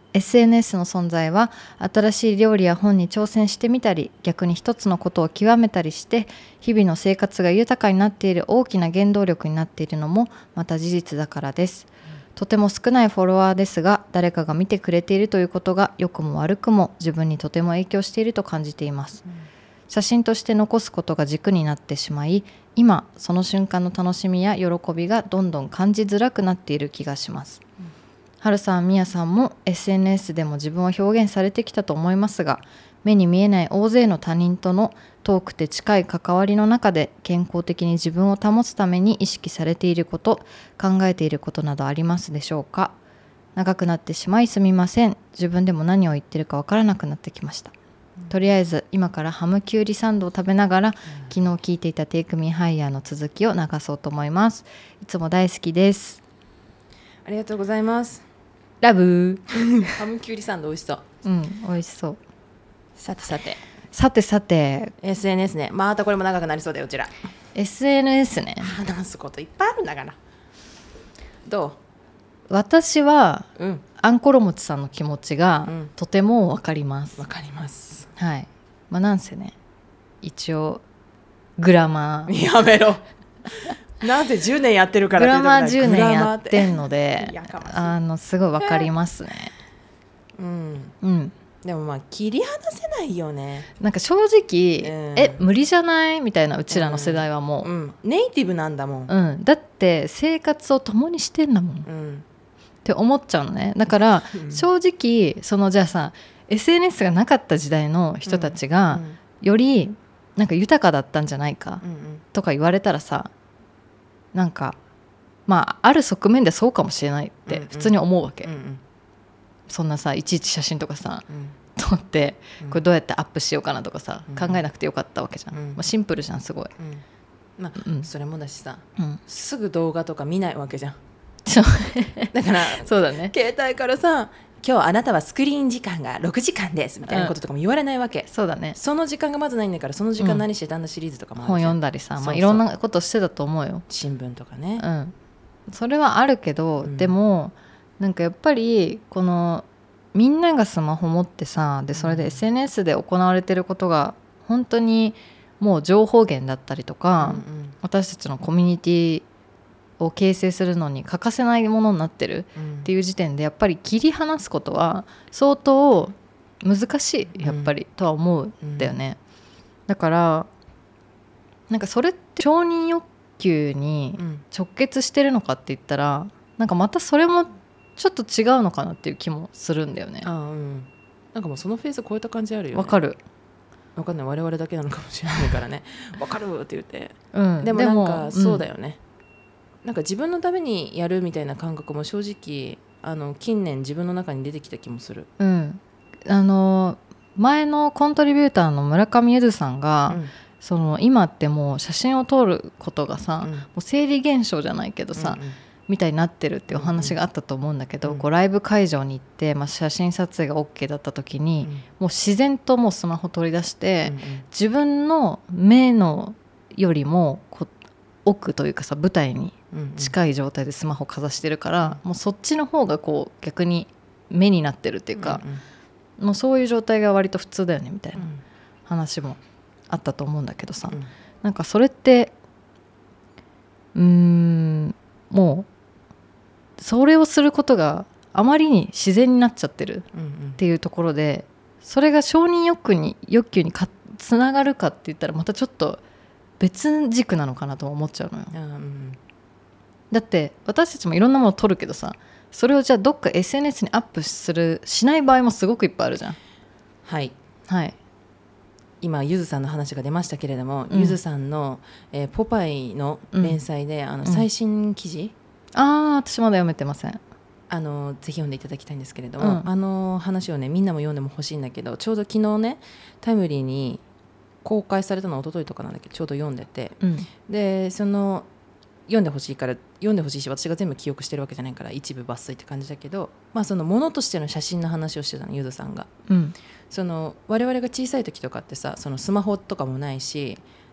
SNS の存在は新しい料理や本に挑戦してみたり、逆に一つのことを極めたりして日々の生活が豊かになっている大きな原動力になっているのもまた事実だからです。とても少ないフォロワーですが、誰かが見てくれているということが良くも悪くも自分にとても影響していると感じています。写真として残すことが軸になってしまい、今その瞬間の楽しみや喜びがどんどん感じづらくなっている気がします。はるさん、みやさんも SNS でも自分を表現されてきたと思いますが、目に見えない大勢の他人との遠くて近い関わりの中で健康的に自分を保つために意識されていること、考えていることなどありますでしょうか。長くなってしまいすみません。自分でも何を言ってるかわからなくなってきました。とりあえず今からハムキュウリサンドを食べながら、昨日聞いていたテイクミーハイヤーの続きを流そうと思います。いつも大好きです。 ありがとうございます。 ラブハムキュウリサンド美味しそう。 美味しそう。 さて SNS ね。またこれも長くなりそうだよ。うちら SNS ね、 話すこといっぱいあるんだから。どう？私は、あんころ餅さんの気持ちが、とてもわかります。 わかります。 はい。なんせね、一応グラマーやめろなんで10年やってるからグラマー10年やってんのですごいわかりますね。 でも切り離せないよね。 なんか正直、無理じゃないみたいな、うちらの世代はもう、 ネイティブなんだもん、 だって生活を共にしてんだもん、って思っちゃうのね。だから正直じゃあさ SNS がなかった時代の人たちが、よりなんか豊かだったんじゃないか、とか言われたらさ、なんかある側面でそうかもしれないって普通に思うわけ、そんなさいちいち写真とかさ、撮ってこれどうやってアップしようかなとかさ、考えなくてよかったわけじゃん、シンプルじゃんすごい、 それもだしさ、すぐ動画とか見ないわけじゃんだからそうだね、 携帯からさ今日あなたはスクリーン時間が6時間ですみたいなこととかも言われないわけ、 そうだね、 その時間がまずないんだから、その時間何してたんだシリーズとかもあるじゃん、 本読んだりさ、いろんなことしてたと思うよ、 新聞とかね、 それはあるけど、でもなんかやっぱりこのみんながスマホ持ってさ、でそれで SNS で行われてることが本当にもう情報源だったりとか、私たちのコミュニティを形成するのに欠かせないものになってるっていう時点で、やっぱり切り離すことは相当難しい、やっぱり、とは思うんだよね。だからなんかそれって承認欲求に直結してるのかって言ったら、なんかまたそれもちょっと違うのかなっていう気もするんだよね。 なんかもうそのフェーズ超えた感じあるよね。 わかる。 わかんない、我々だけなのかもしれないからねわかるって言って、でもなんかそうだよね、なんか自分のためにやるみたいな感覚も正直近年自分の中に出てきた気もする。 前のコントリビューターの村上ゆずさんが、今ってもう写真を撮ることがさ、もう生理現象じゃないけどさ、みたいになってるっていうお話があったと思うんだけど、こうライブ会場に行って、写真撮影が OK だった時に、もう自然ともうスマホ取り出して、自分の目のよりも奥というかさ、舞台に近い状態でスマホかざしてるから、もうそっちの方がこう逆に目になってるっていうか、もうそういう状態が割と普通だよねみたいな話もあったと思うんだけどさ、なんかそれってもうそれをすることがあまりに自然になっちゃってるっていうところで、それが承認欲求につながるかって言ったらまたちょっと別軸なのかなと思っちゃうのよ。だって私たちもいろんなものを撮るけどさ、それをじゃあどっか SNS にアップしない場合もすごくいっぱいあるじゃん。 はい今ゆずさんの話が出ましたけれども、ゆずさんの、ポパイの連載で、最新記事、 私まだ読めてません。 ぜひ読んでいただきたいんですけれども、話をねみんなも読んでも欲しいんだけど、ちょうど昨日ねタイムリーに公開されたのは一昨日とかなんだけど、ちょうど読んでて、でその読んでほしいから読んでほしいし、私が全部記憶してるわけじゃないから一部抜粋って感じだけど、そのものとしての写真の話をしてたのゆずさんが、その我々が小さい時とかってさ、そのスマホとかもないし、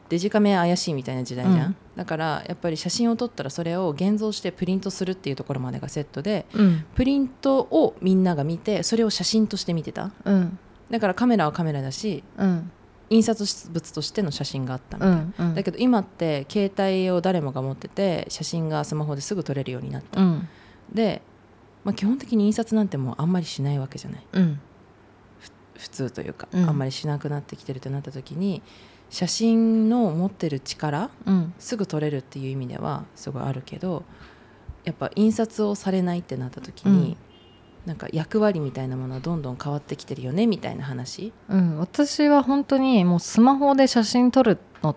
デジカメ怪しいみたいな時代じゃん、だからやっぱり写真を撮ったらそれを現像してプリントするっていうところまでがセットで、プリントをみんなが見てそれを写真として見てた、だからカメラはカメラだし、印刷物としての写真があったみたいな、だけど今って携帯を誰もが持ってて写真がスマホですぐ撮れるようになった、で、基本的に印刷なんてもうあんまりしないわけじゃない、普通というか、あんまりしなくなってきてるとなった時に写真の持ってる力、すぐ撮れるっていう意味ではすごいあるけど、やっぱ印刷をされないってなった時に、なんか役割みたいなものはどんどん変わってきてるよねみたいな話、 私は本当にもうスマホで写真撮るのって、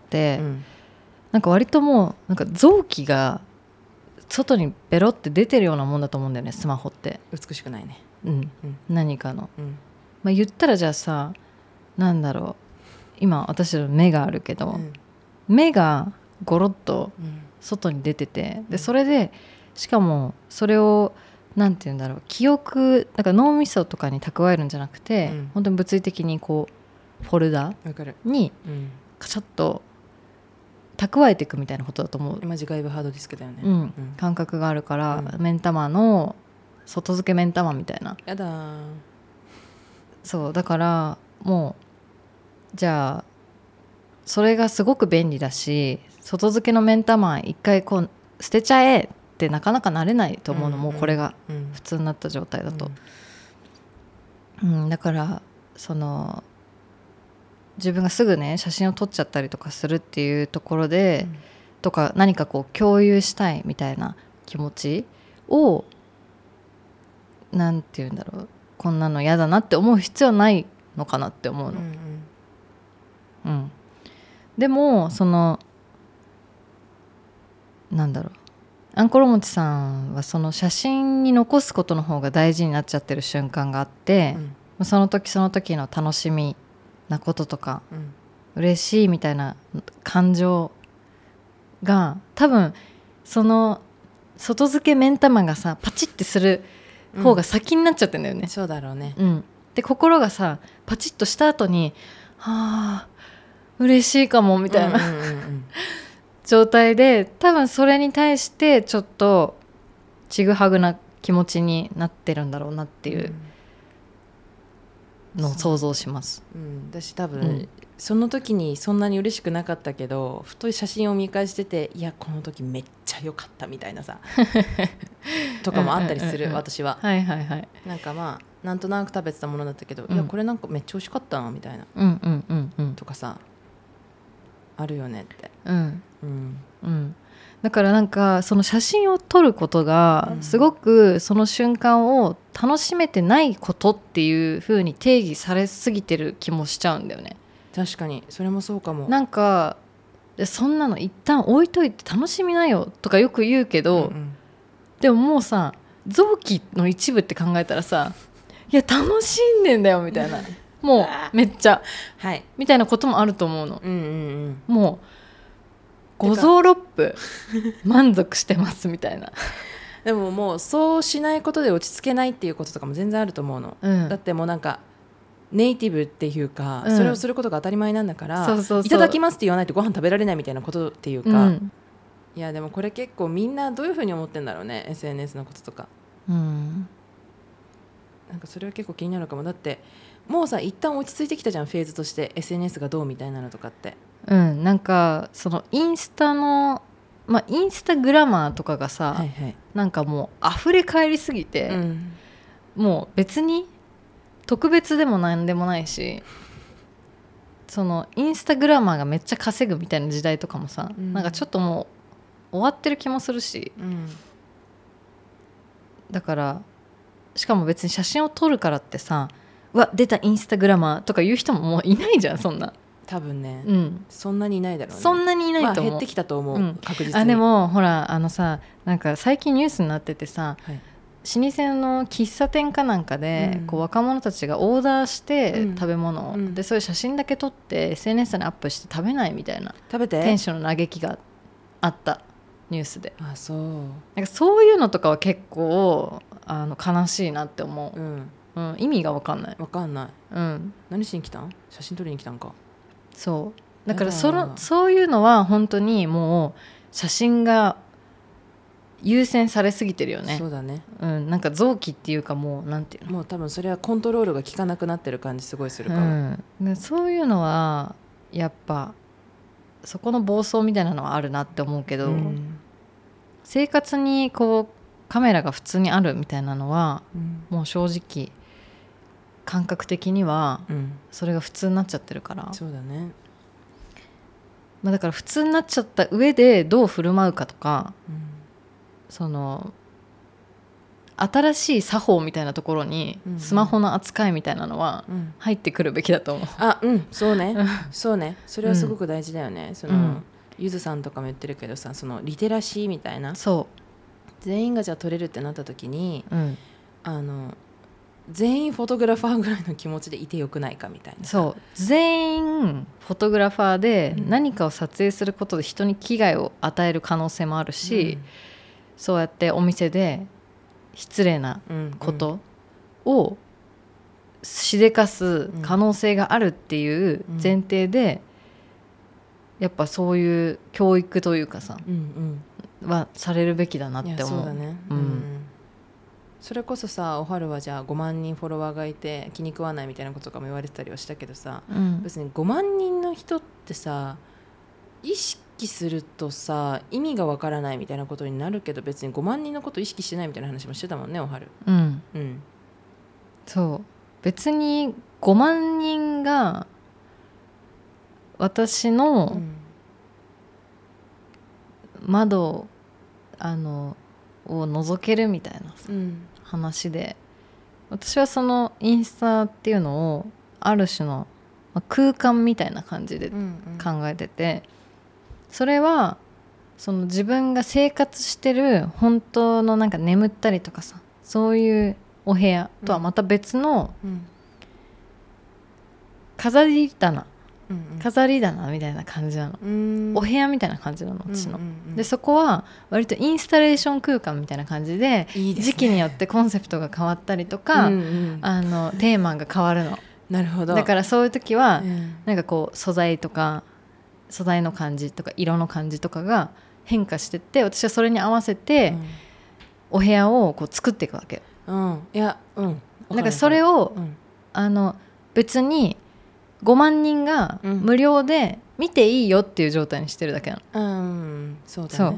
なんか割ともうなんか臓器が外にベロって出てるようなもんだと思うんだよね、スマホって。 美しくないね、 何かの、言ったらじゃあさ、なんだろう、今私の目があるけど、目がゴロッと外に出てて、でそれでしかもそれをなんて言うんだろう、記憶なんか脳みそとかに蓄えるんじゃなくて、本当に物理的にこうフォルダにカチャッと蓄えていくみたいなことだと思う。 今外部ハードディスクだよね、 感覚があるから、目ん玉の外付け目ん玉みたいな。 やだ、 そうだからもうじゃあそれがすごく便利だし、外付けの目ん玉一回こう捨てちゃえってなかなかなれないと思うの、もうこれが普通になった状態だと、だからその自分がすぐね写真を撮っちゃったりとかするっていうところで、とか何かこう共有したいみたいな気持ちをなんていうんだろう、こんなの嫌だなって思う必要ないのかなって思うの、でもそのなんだろう、あんころもちさんはその写真に残すことの方が大事になっちゃってる瞬間があって、その時その時の楽しみなこととか、嬉しいみたいな感情が多分その外付け目ん玉がさパチッてする方が先になっちゃってんだよね、 そうだろうね、 で心がさパチッとした後にはあ嬉しいかもみたいな、状態で多分それに対してちょっとちぐはぐな気持ちになってるんだろうなっていうのを想像します、 私多分、その時にそんなに嬉しくなかったけど、ふと写真を見返してて、いやこの時めっちゃ良かったみたいなさとかもあったりする、私は、なんかなんとなく食べてたものだったけど、いやこれなんかめっちゃ美味しかったなみたいな、とかさあるよねって、 だからなんかその写真を撮ることがすごくその瞬間を楽しめてないことっていう風に定義されすぎてる気もしちゃうんだよね。 確かにそれもそうかも。 なんかそんなの一旦置いといて楽しみなよとかよく言うけど、でももうさ臓器の一部って考えたらさ、いや楽しんでんだよみたいなもうめっちゃ、みたいなこともあると思うの、もう五臓六腑満足してますみたいなでももうそうしないことで落ち着けないっていうこととかも全然あると思うの、だってもうなんかネイティブっていうか、それをすることが当たり前なんだから、いただきますって言わないとご飯食べられないみたいなことっていうか、いやでもこれ結構みんなどういうふうに思ってんだろうね、 SNS のこととか、なんかそれは結構気になるかも。だってもうさ一旦落ち着いてきたじゃん、フェーズとして SNS がどうみたいなのとかって、 なんかそのインスタの、インスタグラマーとかがさ、なんかもう溢れ返りすぎて、もう別に特別でも何でもないし、そのインスタグラマーがめっちゃ稼ぐみたいな時代とかもさ、なんかちょっともう終わってる気もするし、だからしかも別に写真を撮るからってさ、うわ出たインスタグラマーとか言う人ももういないじゃん、そんな多分ね、そんなにいないだろうね。 そんなにいないと思う、 減ってきたと思う、確実に。 でもほらさ、なんか最近ニュースになっててさ、老舗の喫茶店かなんかで、こう若者たちがオーダーして食べ物を、でそういう写真だけ撮って SNS にアップして食べないみたいな店主の嘆きがあったニュースで。なんかそういうのとかは結構悲しいなって思う、意味が分かんない。 何しに来たん？写真撮りに来たんか。 そうだからそういうのは本当にもう写真が優先されすぎてるよね。 そうだね、 なんか臓器っていうかもうなんていうの、 もう多分それはコントロールが効かなくなってる感じすごいするかも、 でそういうのはやっぱそこの暴走みたいなのはあるなって思うけど、生活にこうカメラが普通にあるみたいなのは、もう正直感覚的にはそれが普通になっちゃってるから、 そうだね、 だから普通になっちゃった上でどう振る舞うかとか、その新しい作法みたいなところにスマホの扱いみたいなのは入ってくるべきだと思う、 そうねそうね、それはすごく大事だよね、そのゆずさんとかも言ってるけどさ、そのリテラシーみたいな、 そう全員がじゃあ撮れるってなった時に、全員フォトグラファーぐらいの気持ちでいてよくないかみたいな。 そう全員フォトグラファーで何かを撮影することで人に危害を与える可能性もあるし、そうやってお店で失礼なことをしでかす可能性があるっていう前提で、やっぱそういう教育というかさ、はされるべきだなって思う。 そうだね、それこそさ、おはるはじゃあ5万人フォロワーがいて気に食わないみたいなこととかも言われてたりはしたけどさ、別に5万人の人ってさ意識するとさ意味がわからないみたいなことになるけど、別に5万人のこと意識してないみたいな話もしてたもんね、おはる。 そう別に5万人が私の窓を覗けるみたいなさ、話で、私はそのインスタっていうのをある種の空間みたいな感じで考えてて、それはその自分が生活してる本当のなんか眠ったりとかさ、そういうお部屋とはまた別の飾り棚みたいな感じなの、お部屋みたいな感じなの私の、でそこは割とインスタレーション空間みたいな感じで、いいですね、時期によってコンセプトが変わったりとか、テーマが変わるの。 なるほど。 だからそういう時は、なんかこう素材の感じとか色の感じとかが変化してって、私はそれに合わせてお部屋をこう作っていくわけ。なんかそれを、別に5万人が無料で見ていいよっていう状態にしてるだけなの。 そうだね。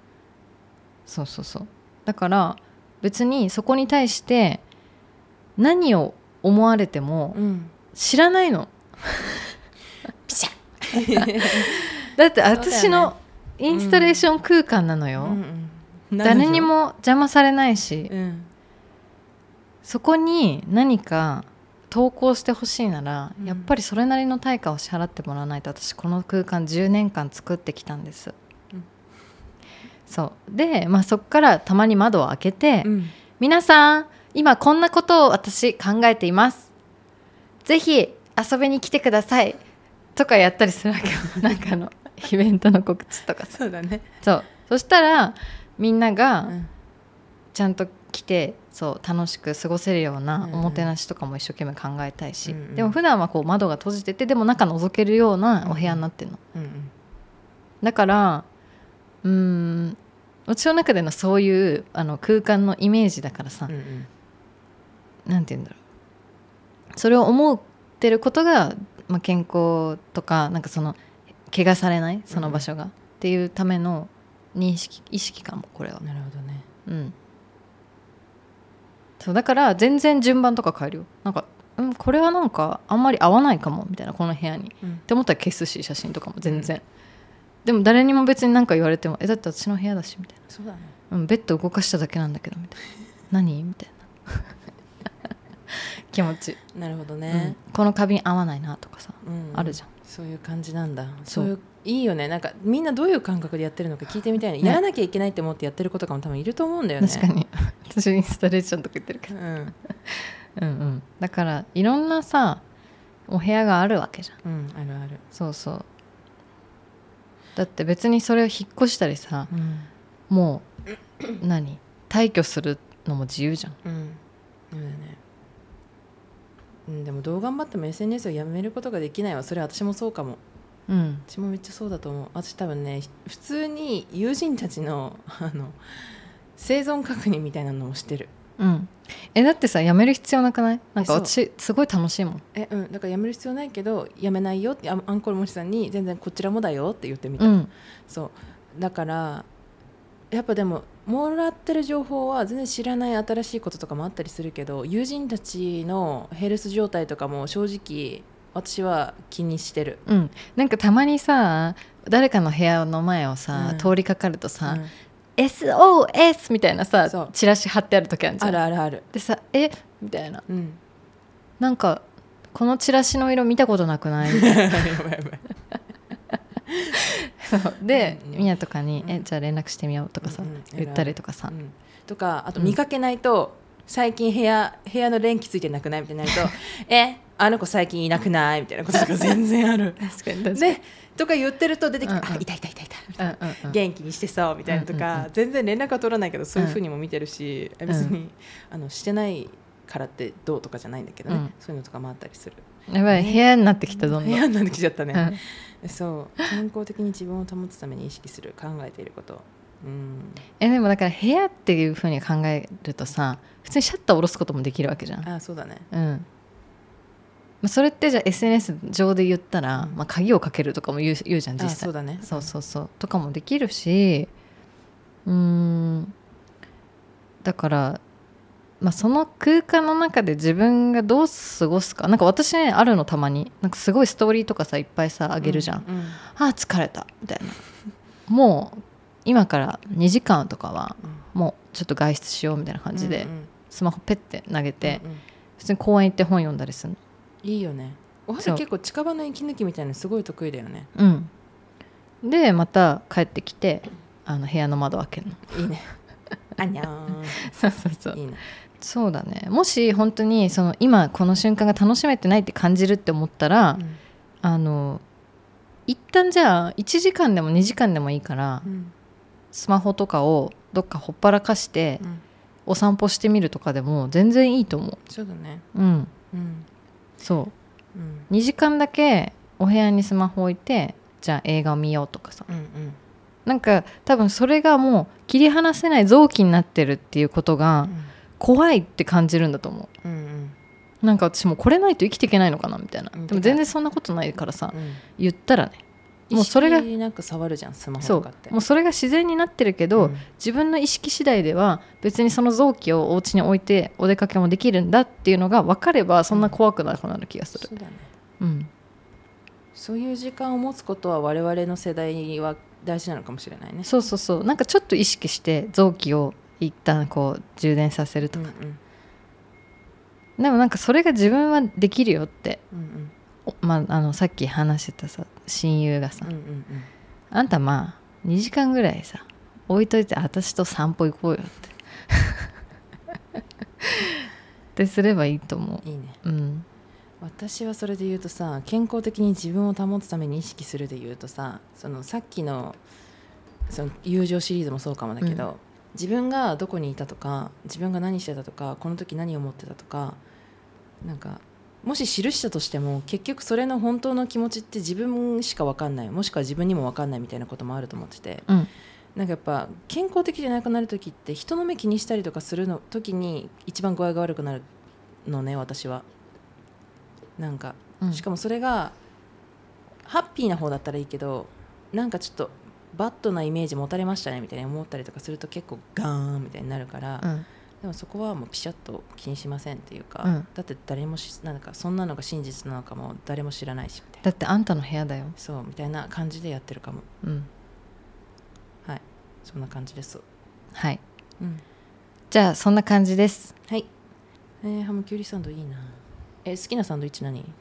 そうだから別にそこに対して何を思われても知らないの、ピシャだって私のインスタレーション空間なのよ、誰にも邪魔されないし、そこに何か投稿してほしいなら、やっぱりそれなりの対価を支払ってもらわないと。私この空間10年間作ってきたんです、そうで、そこからたまに窓を開けて、皆さん今こんなことを私考えています、ぜひ遊びに来てくださいとかやったりするわけよなんかイベントの告知とかさ。 そうだね。 そしたらみんながちゃんと来て、楽しく過ごせるようなおもてなしとかも一生懸命考えたいし、でも普段はこう窓が閉じてて、でも中覗けるようなお部屋になってるの、だから私の中でのそういう空間のイメージだからさ、なんて言うんだろう、それを思ってることが、健康とかなんかその怪我されないその場所が、っていうための意識かもこれは。 なるほどね。 そうだから全然順番とか変えるよ。なんか、これはなんかあんまり合わないかもみたいな、この部屋に、って思ったら消すし、写真とかも全然、でも誰にも別に何か言われてもだって私の部屋だしみたいな。 そうだね、 ベッド動かしただけなんだけどみたいな何みたいな気持ち。 なるほどね、 この花瓶合わないなとかさ、あるじゃん。 そういう感じなんだ。そういういいよね。なんかみんなどういう感覚でやってるのか聞いてみたいね。やらなきゃいけないって思ってやってる子とかも多分いると思うんだよね。 確かに私インスタレーションとか言ってるけど、だからいろんなさお部屋があるわけじゃん。 あるある。 そうだって別にそれを引っ越したりさ、もう退去するのも自由じゃん。 そうだね。でもどう頑張っても SNS をやめることができないわ。それは私もそうかも。 うん、私もめっちゃそうだと思う。私多分ね普通に友人たちの生存確認みたいなのをしてる。 うん、だってさ、やめる必要なくない？なんか私すごい楽しいもん。 うん、だからやめる必要ないけどやめないよってアンコール森さんに全然こちらもだよって言ってみた、そうだからやっぱでももらってる情報は全然知らない新しいこととかもあったりするけど、友人たちのヘルス状態とかも正直私は気にしてる。 なんかたまにさ、誰かの部屋の前をさ、通りかかるとさ、SOS みたいなさチラシ貼ってある時あるじゃん。 あるあるでさ、みたいな、なんかこのチラシの色見たことなくないやばいやばいそうで、みやとかに、じゃあ連絡してみようとかさ、言ったりとかさ、 とか、あと見かけないと、最近部屋の電気ついてなくないみたいになるとあの子最近いなくないみたいなこととか全然ある確かにでとか言ってると出てきて、いたみたいな、元気にしてそうみたいなとか、全然連絡は取らないけどそういう風にも見てるし、別にしてないからってどうとかじゃないんだけどね、そういうのとかもあったりする。 やばい、部屋になってきた。どんどん部屋になってきちゃったね、そう健康的に自分を保つために意識する考えていること、 でもだから部屋っていう風に考えるとさ、普通にシャッター下ろすこともできるわけじゃん。 あ、そうだね。 それってじゃあ SNS 上で言ったら、鍵をかけるとかも言うじゃん実際。 そうだね。 そうとかもできるし、だから、その空間の中で自分がどう過ごすか。なんか私ね、あるのたまになんかすごいストーリーとかさいっぱいさあげるじゃん、疲れたみたいな、もう今から2時間とかはもうちょっと外出しようみたいな感じで、スマホペッて投げて、普通に公園行って本読んだりするの。 いいよね。おはさ結構近場の息抜きみたいなのすごい得意だよね。 でまた帰ってきて部屋の窓開けるの。いいね。あにゃーん。 そういいね。 そうだね。もし本当にその今この瞬間が楽しめてないって感じるって思ったら、一旦じゃあ1時間でも2時間でもいいから、スマホとかをどっかほっぱらかして、お散歩してみるとかでも全然いいと思う。 そうだね。 そう、2時間だけお部屋にスマホ置いて、じゃあ映画を見ようとかさ、なんか多分それがもう切り離せない臓器になってるっていうことが怖いって感じるんだと思う。なんか私もこれないと生きていけないのかなみたいな、でも全然そんなことないからさ、言ったらね、もうそれがなんか触るじゃん、スマホとかって。 もうそれが自然になってるけど、自分の意識次第では別にその臓器をお家に置いてお出かけもできるんだっていうのが分かれば、そんな怖くなくなる気がする。 そうだね。そういう時間を持つことは我々の世代は大事なのかもしれないね。 そうなんかちょっと意識して臓器を一旦こう充電させるとか、でもなんかそれが自分はできるよって、さっき話してたさ親友がさ、あんた2時間ぐらいさ置いといて私と散歩行こうよってってすればいいと思う。 いいね。私はそれで言うとさ、健康的に自分を保つために意識するで言うとさ、さっきのその友情シリーズもそうかもだけど、自分がどこにいたとか、自分が何してたとか、この時何を思ってたとか、なんかもし記したとしても結局それの本当の気持ちって自分しか分かんない、もしくは自分にも分かんないみたいなこともあると思ってて、なんかやっぱ健康的じゃなくなる時って人の目気にしたりとかするの時に一番具合が悪くなるのね、私は。なんか、しかもそれがハッピーな方だったらいいけど、なんかちょっとバッドなイメージ持たれましたねみたいに思ったりとかすると結構ガーンみたいになるから、でもそこはもうピシャッと気にしませんっていうか、だって誰もなんかそんなのが真実なのかも誰も知らないしみたいな。 だってあんたの部屋だよ。 そうみたいな感じでやってるかも。はい、そんな感じです。 はい、じゃあそんな感じです。 はい。ハムキュウリサンドいいな。好きなサンドイッチ何？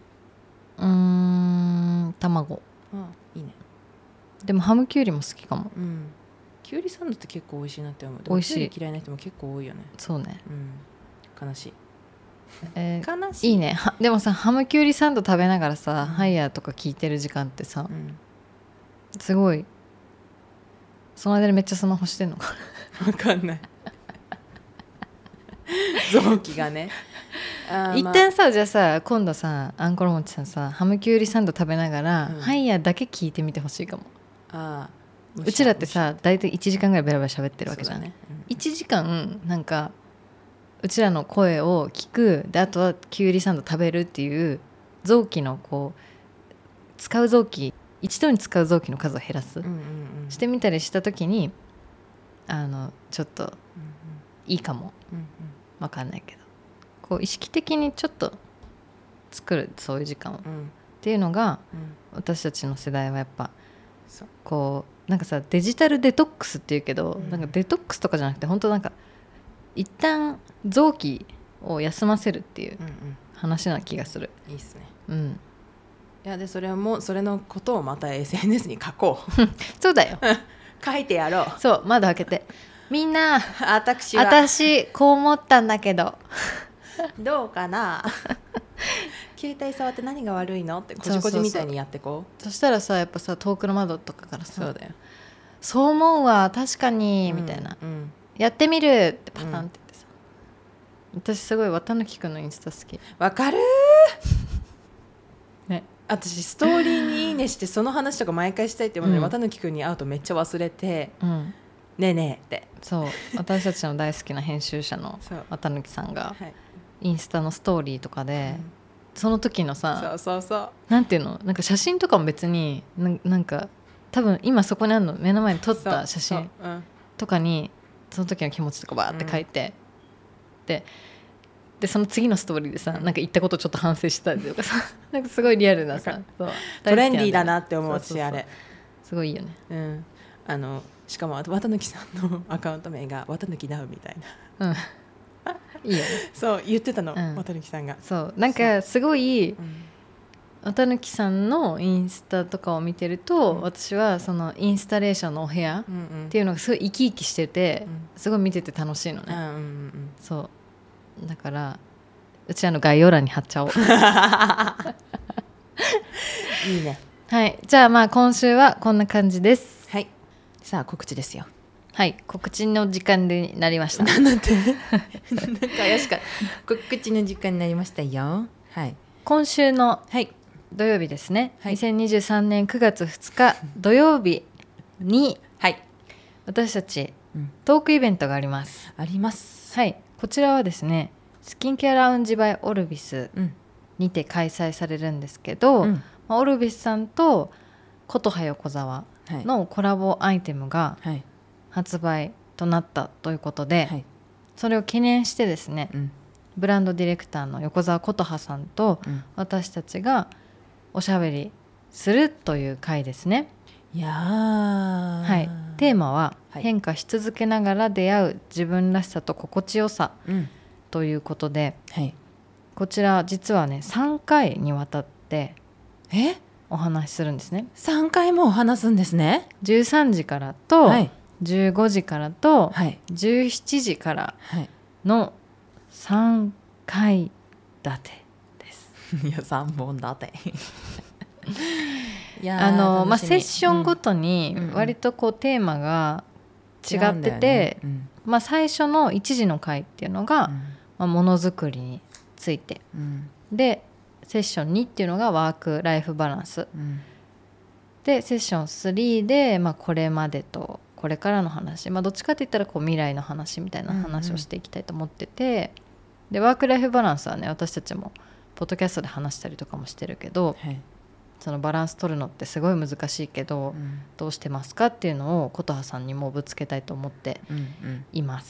卵。 いいね。 でもハムキュウリも好きかも。 キュウリサンドって結構美味しいなって思う。 美味しい。 キュウリ嫌いな人も結構多いよね。 そうね。 悲しい。 悲しい。いいね。でもさ、ハムキュウリサンド食べながらさ、ハイヤーとか聞いてる時間ってさ、すごいその間にめっちゃスマホしてんのか分かんない臓器がね一旦さ、じゃあさ今度さあんころもちさんさハムキュウリサンド食べながら、ハイヤーだけ聞いてみてほしいかも。うちらってさ大体1時間ぐらいベラベラ喋ってるわけじゃん、ね、1時間なんかうちらの声を聞くで、あとはキュウリサンド食べるっていう臓器のこう使う臓器、一度に使う臓器の数を減らす、してみたりした時にちょっといいかも、わかんないけどこう意識的にちょっと作るそういう時間を、っていうのが、私たちの世代はやっぱこうなんかさデジタルデトックスっていうけど、なんかデトックスとかじゃなくて本当なんか一旦臓器を休ませるっていう話な気がする。 いいっすね。いやでそれはもうそれのことをまた SNS に書こう。 そうだよ。 書いてやろう。 そう窓開けてみんな私こう思ったんだけどどうかな。携帯触って何が悪いのってこじこじみたいにやってこう。そしたらさやっぱさ遠くの窓とかからさそうだよそう思うわ確かに、みたいな、やってみるってパターンって言ってさ、私すごい綿貫くんのインスタ好き。 わかるね。 私ストーリーにいいねしてその話とか毎回したいって思うのに、綿貫くんに会うとめっちゃ忘れて、ねえねえって。 そう私たちの大好きな編集者の綿貫さんがインスタのストーリーとかで、その時のさなんていうのなんか写真とかも別になんか多分今そこにあるの目の前に撮った写真とかにその時の気持ちとかバーって書いて、でその次のストーリーでさ、なんか言ったことちょっと反省したりとかさなんかすごいリアルなさそうトレンディーだなって思うし、あれすごいいいよね。 しかも綿貫さんのアカウント名が綿貫なうみたいな、 いいよね。 そう言ってたの、綿貫さんが。 そうなんかすごい綿貫さんのインスタとかを見てると、私はそのインスタレーションのお部屋っていうのがすごい生き生きしてて、すごい見てて楽しいのね、そうだからうち概要欄に貼っちゃおういいね。 はい、じゃあまあ今週はこんな感じです。 はい、さあ告知ですよ。 はい、告知の時間になりました。 なんてなんか怪しかった。告知の時間になりましたよ。はい、 今週の土曜日ですね、2023年9月2日土曜日に、私たちトークイベントがあります。 あります。 はい、こちらはですねスキンケアラウンジバイオルビスにて開催されるんですけど、オルビスさんと琴葉横澤のコラボアイテムが発売となったということで、それを記念してですね、ブランドディレクターの横澤琴葉さんと私たちがおしゃべりするという回ですね。 いやはい、テーマは、変化し続けながら出会う自分らしさと心地よさ、ということで、こちら実はね3回にわたってお話しするんですね。 3回も話すんですね。 13時からと、15時からと、17時からの3回立てです。 いや3本立ていやまあ、セッションごとに割とこうテーマが違ってて、まあ、最初の1時の回っていうのが、まあ、ものづくりについて、でセッション2っていうのがワークライフバランス、でセッション3で、まあ、これまでとこれからの話、まあ、どっちかって言ったらこう未来の話みたいな話をしていきたいと思ってて、でワークライフバランスはね私たちもポッドキャストで話したりとかもしてるけど、そのバランス取るのってすごい難しいけど、どうしてますかっていうのを琴葉さんにもぶつけたいと思っています。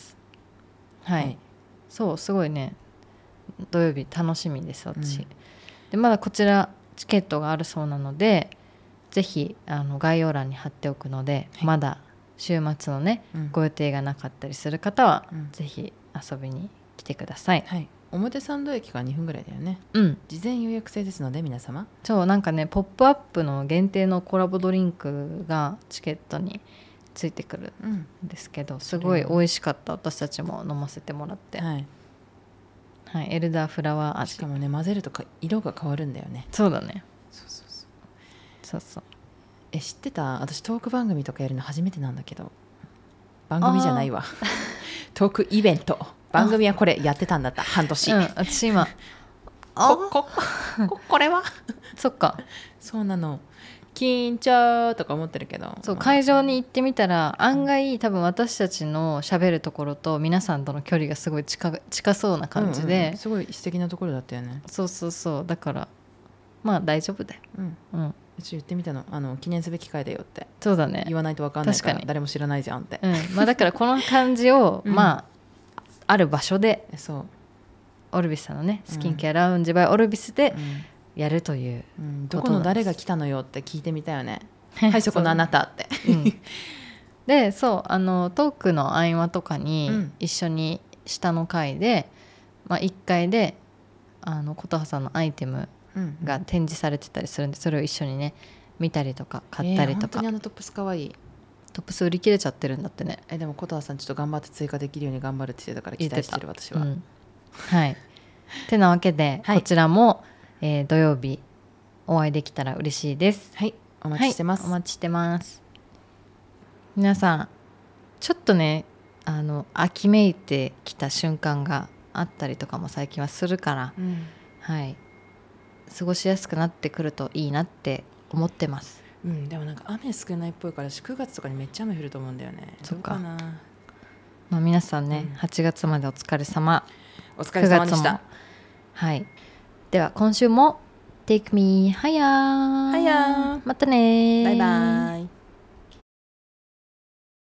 そうすごいね土曜日楽しみです私、でまだこちらチケットがあるそうなのでぜひ概要欄に貼っておくので、まだ週末のね、ご予定がなかったりする方は、ぜひ遊びに来てください。 表参道駅から2分ぐらいだよね。事前予約制ですので皆様。 そうなんかねポップアップの限定のコラボドリンクがチケットについてくるんですけど、すごい美味しかった。私たちも飲ませてもらって、エルダーフラワー味。 しかもね混ぜると色が変わるんだよね。 そうだね。そう知ってた？私トーク番組とかやるの初めてなんだけど、番組じゃないわトークイベント番組はこれやってたんだった。半年、 私今これはそっか、 そうなの。緊張とか思ってるけど、 そう、会場に行ってみたら案外多分私たちの喋るところと皆さんとの距離がすごい近そうな感じで、 すごい素敵なところだったよね。 そうだからまあ大丈夫だよ。 うち言ってみたの、記念すべき回だよって。 そうだね、 言わないと分かんないから誰も知らないじゃんって、 まあ、だからこの感じを、まあある場所で、 そうオルビスさんのねスキンケアラウンジバイオルビスでやるという、 どこの誰が来たのよって聞いてみたよねはいそこのあなたって、でそうトークの合間とかに一緒に下の階で、1階で琴葉さんのアイテムが展示されてたりするんで、それを一緒にね見たりとか買ったりとか、 本当にトップスかわいい。 トップス売り切れちゃってるんだってね。 でも琴葉さんちょっと頑張って追加できるように頑張るって言ってたから期待してる私は、 はいてなわけで、こちらも、土曜日お会いできたら嬉しいです。 はい、お待ちしてます、 お待ちしてます。皆さんちょっとね秋めいてきた瞬間があったりとかも最近はするから、過ごしやすくなってくるといいなって思ってます。 でもなんか雨少ないっぽいから9月とかにめっちゃ雨降ると思うんだよね。 そっかどうかな。 まあ、皆さんね、8月までお疲れ様。 お疲れ様でした。 はい、では今週も Take me higher。 またね。 バイバイ。